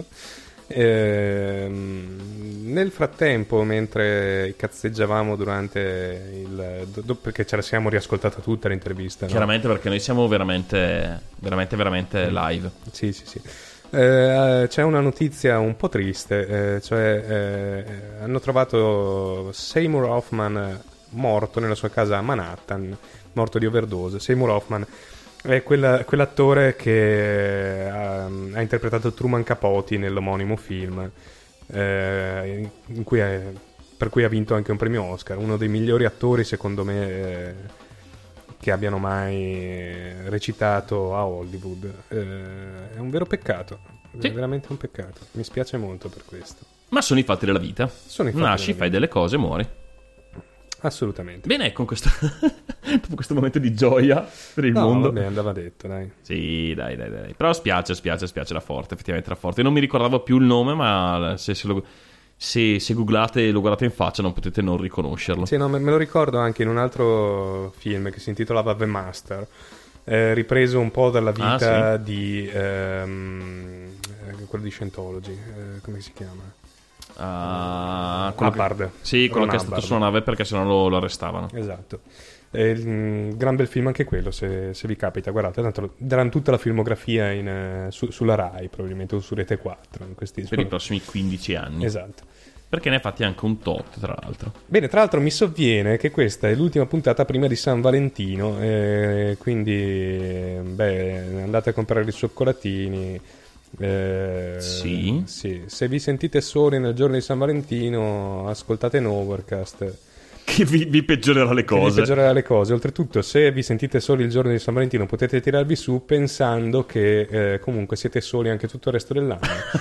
Ehm, nel frattempo, mentre cazzeggiavamo durante il... do- perché ce la siamo riascoltata tutta l'intervista, no? Chiaramente perché noi siamo veramente, veramente, veramente live. Sì, sì, sì. Eh, c'è una notizia un po' triste, eh, cioè eh, hanno trovato Seymour Hoffman morto nella sua casa a Manhattan, morto di overdose. Seymour Hoffman è quella- quell'attore che ha, ha interpretato Truman Capote nell'omonimo film, eh, in cui è- per cui ha vinto anche un premio Oscar, uno dei migliori attori secondo me eh, che abbiano mai recitato a Hollywood. Eh, è un vero peccato, Sì. è veramente un peccato, mi spiace molto per questo. Ma sono i fatti della vita. Sono i fatti Nasci, della fai vita. delle cose, muori. Assolutamente. Bene, con questo dopo questo momento di gioia per il No, mondo. vabbè, andava detto, dai. Sì, dai, dai, dai. Però spiace, spiace, spiace, era forte, effettivamente era forte. Io non mi ricordavo più il nome, ma se, se, lo, se, se googlate e lo guardate in faccia non potete non riconoscerlo. Sì, no, me me lo ricordo anche in un altro film che si intitolava The Master, eh, ripreso un po' dalla vita Ah, di ehm, eh, quello di Scientology, eh, come si chiama? Ah, quello che- Hubbard. Sì, quello Ron che è stato Hubbard. sulla nave perché sennò lo, lo arrestavano. Esatto. È un gran bel film anche quello, se, se vi capita, guardate, tanto daranno tutta la filmografia in, eh, su- sulla Rai, probabilmente, o su Rete quattro in questi Per i prossimi quindici anni. Esatto. Perché ne ha fatti anche un tot, tra l'altro. Bene, tra l'altro mi sovviene che questa è l'ultima puntata prima di San Valentino, eh, quindi eh, beh, andate a comprare i cioccolatini. eh, Sì. sì. Se vi sentite soli nel giorno di San Valentino, ascoltate Novercast. Che vi, vi peggiorerà le Che vi cose. peggiorerà le cose. Oltretutto, se vi sentite soli il giorno di San Valentino, potete tirarvi su pensando che eh, comunque siete soli anche tutto il resto dell'anno.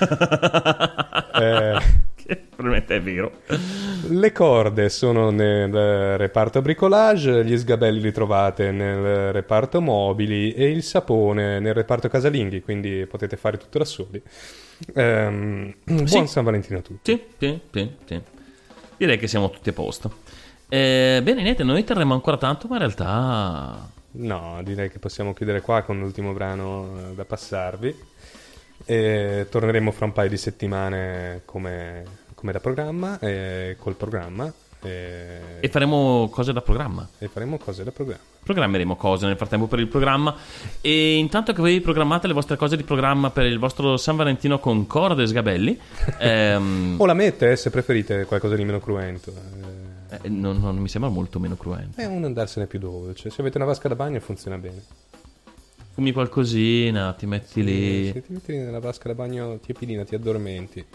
eh, Che probabilmente è vero. Le corde sono nel reparto bricolage, gli sgabelli li trovate nel reparto mobili e il sapone nel reparto casalinghi, quindi potete fare tutto da soli. Ehm, buon Sì. San Valentino a tutti. Sì, sì, sì, sì. Direi che siamo tutti a posto. Eh, bene, niente, noi terremo ancora tanto, ma in realtà... No, direi che possiamo chiudere qua con l'ultimo brano eh, da passarvi. E torneremo fra un paio di settimane come, come da programma, e col programma. E... E faremo cose da programma. e faremo cose da programma. Programmeremo cose nel frattempo per il programma. E intanto che voi programmate le vostre cose di programma per il vostro San Valentino con Corda e Sgabelli, ehm, O la mette, se preferite qualcosa di meno cruento. Eh, eh, non, non mi sembra molto meno cruento. È un andarsene più dolce. Se avete una vasca da bagno funziona bene. Fumi qualcosina, ti metti lì. Se ti metti nella vasca da bagno tiepidina, ti addormenti.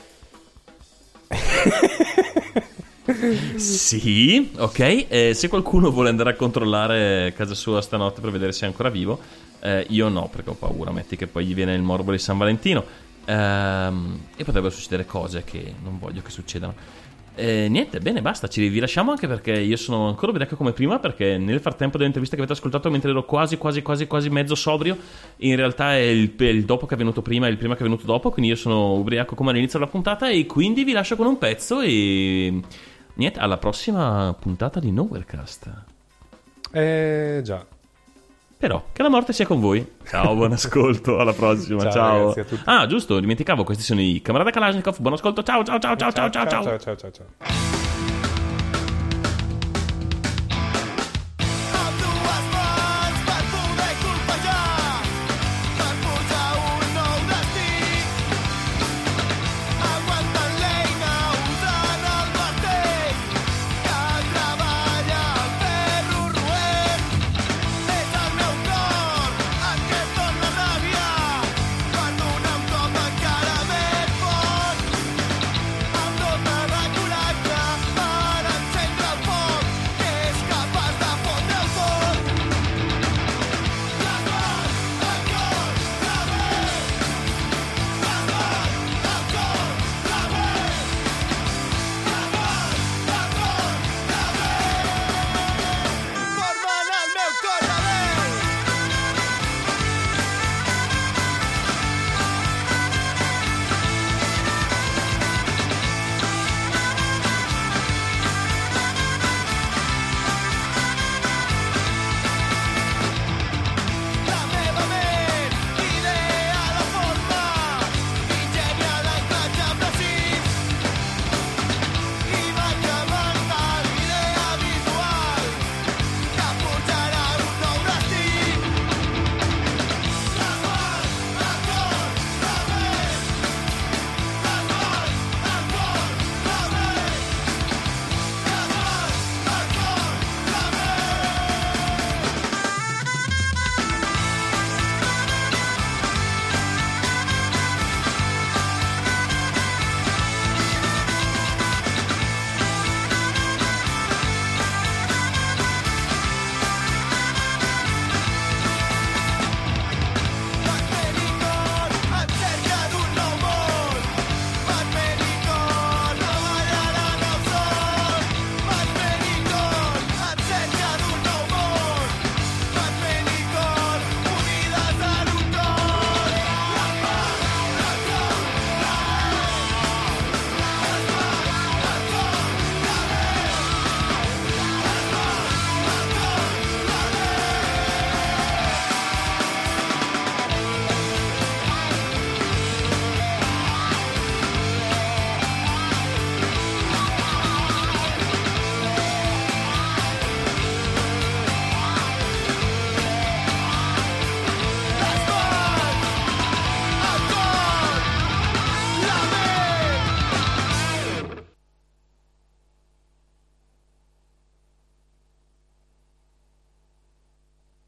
Sì, ok. Eh, se qualcuno vuole andare a controllare casa sua stanotte per vedere se è ancora vivo, eh, io no, perché ho paura. Metti che poi gli viene il morbo di San Valentino. Ehm, e potrebbero succedere cose che non voglio che succedano. Eh, niente, bene, basta. Ci vi lasciamo anche perché io sono ancora ubriaco come prima. Perché nel frattempo dell'intervista che avete ascoltato, mentre ero quasi, quasi, quasi, quasi mezzo sobrio, in realtà è il, è il dopo che è venuto prima e il prima che è venuto dopo. Quindi io sono ubriaco come all'inizio della puntata. E quindi vi lascio con un pezzo e. Niente, alla prossima puntata di Nowherecast. Eh già. Però, che la morte sia con voi. Ciao, buon ascolto, alla prossima, Ciao, ciao. ragazzi, a tutti. Ah, giusto, dimenticavo, questi sono i Camarada Kalashnikov. Buon ascolto, ciao, ciao, ciao, ciao, ciao, ciao. ciao. ciao, ciao, ciao, ciao.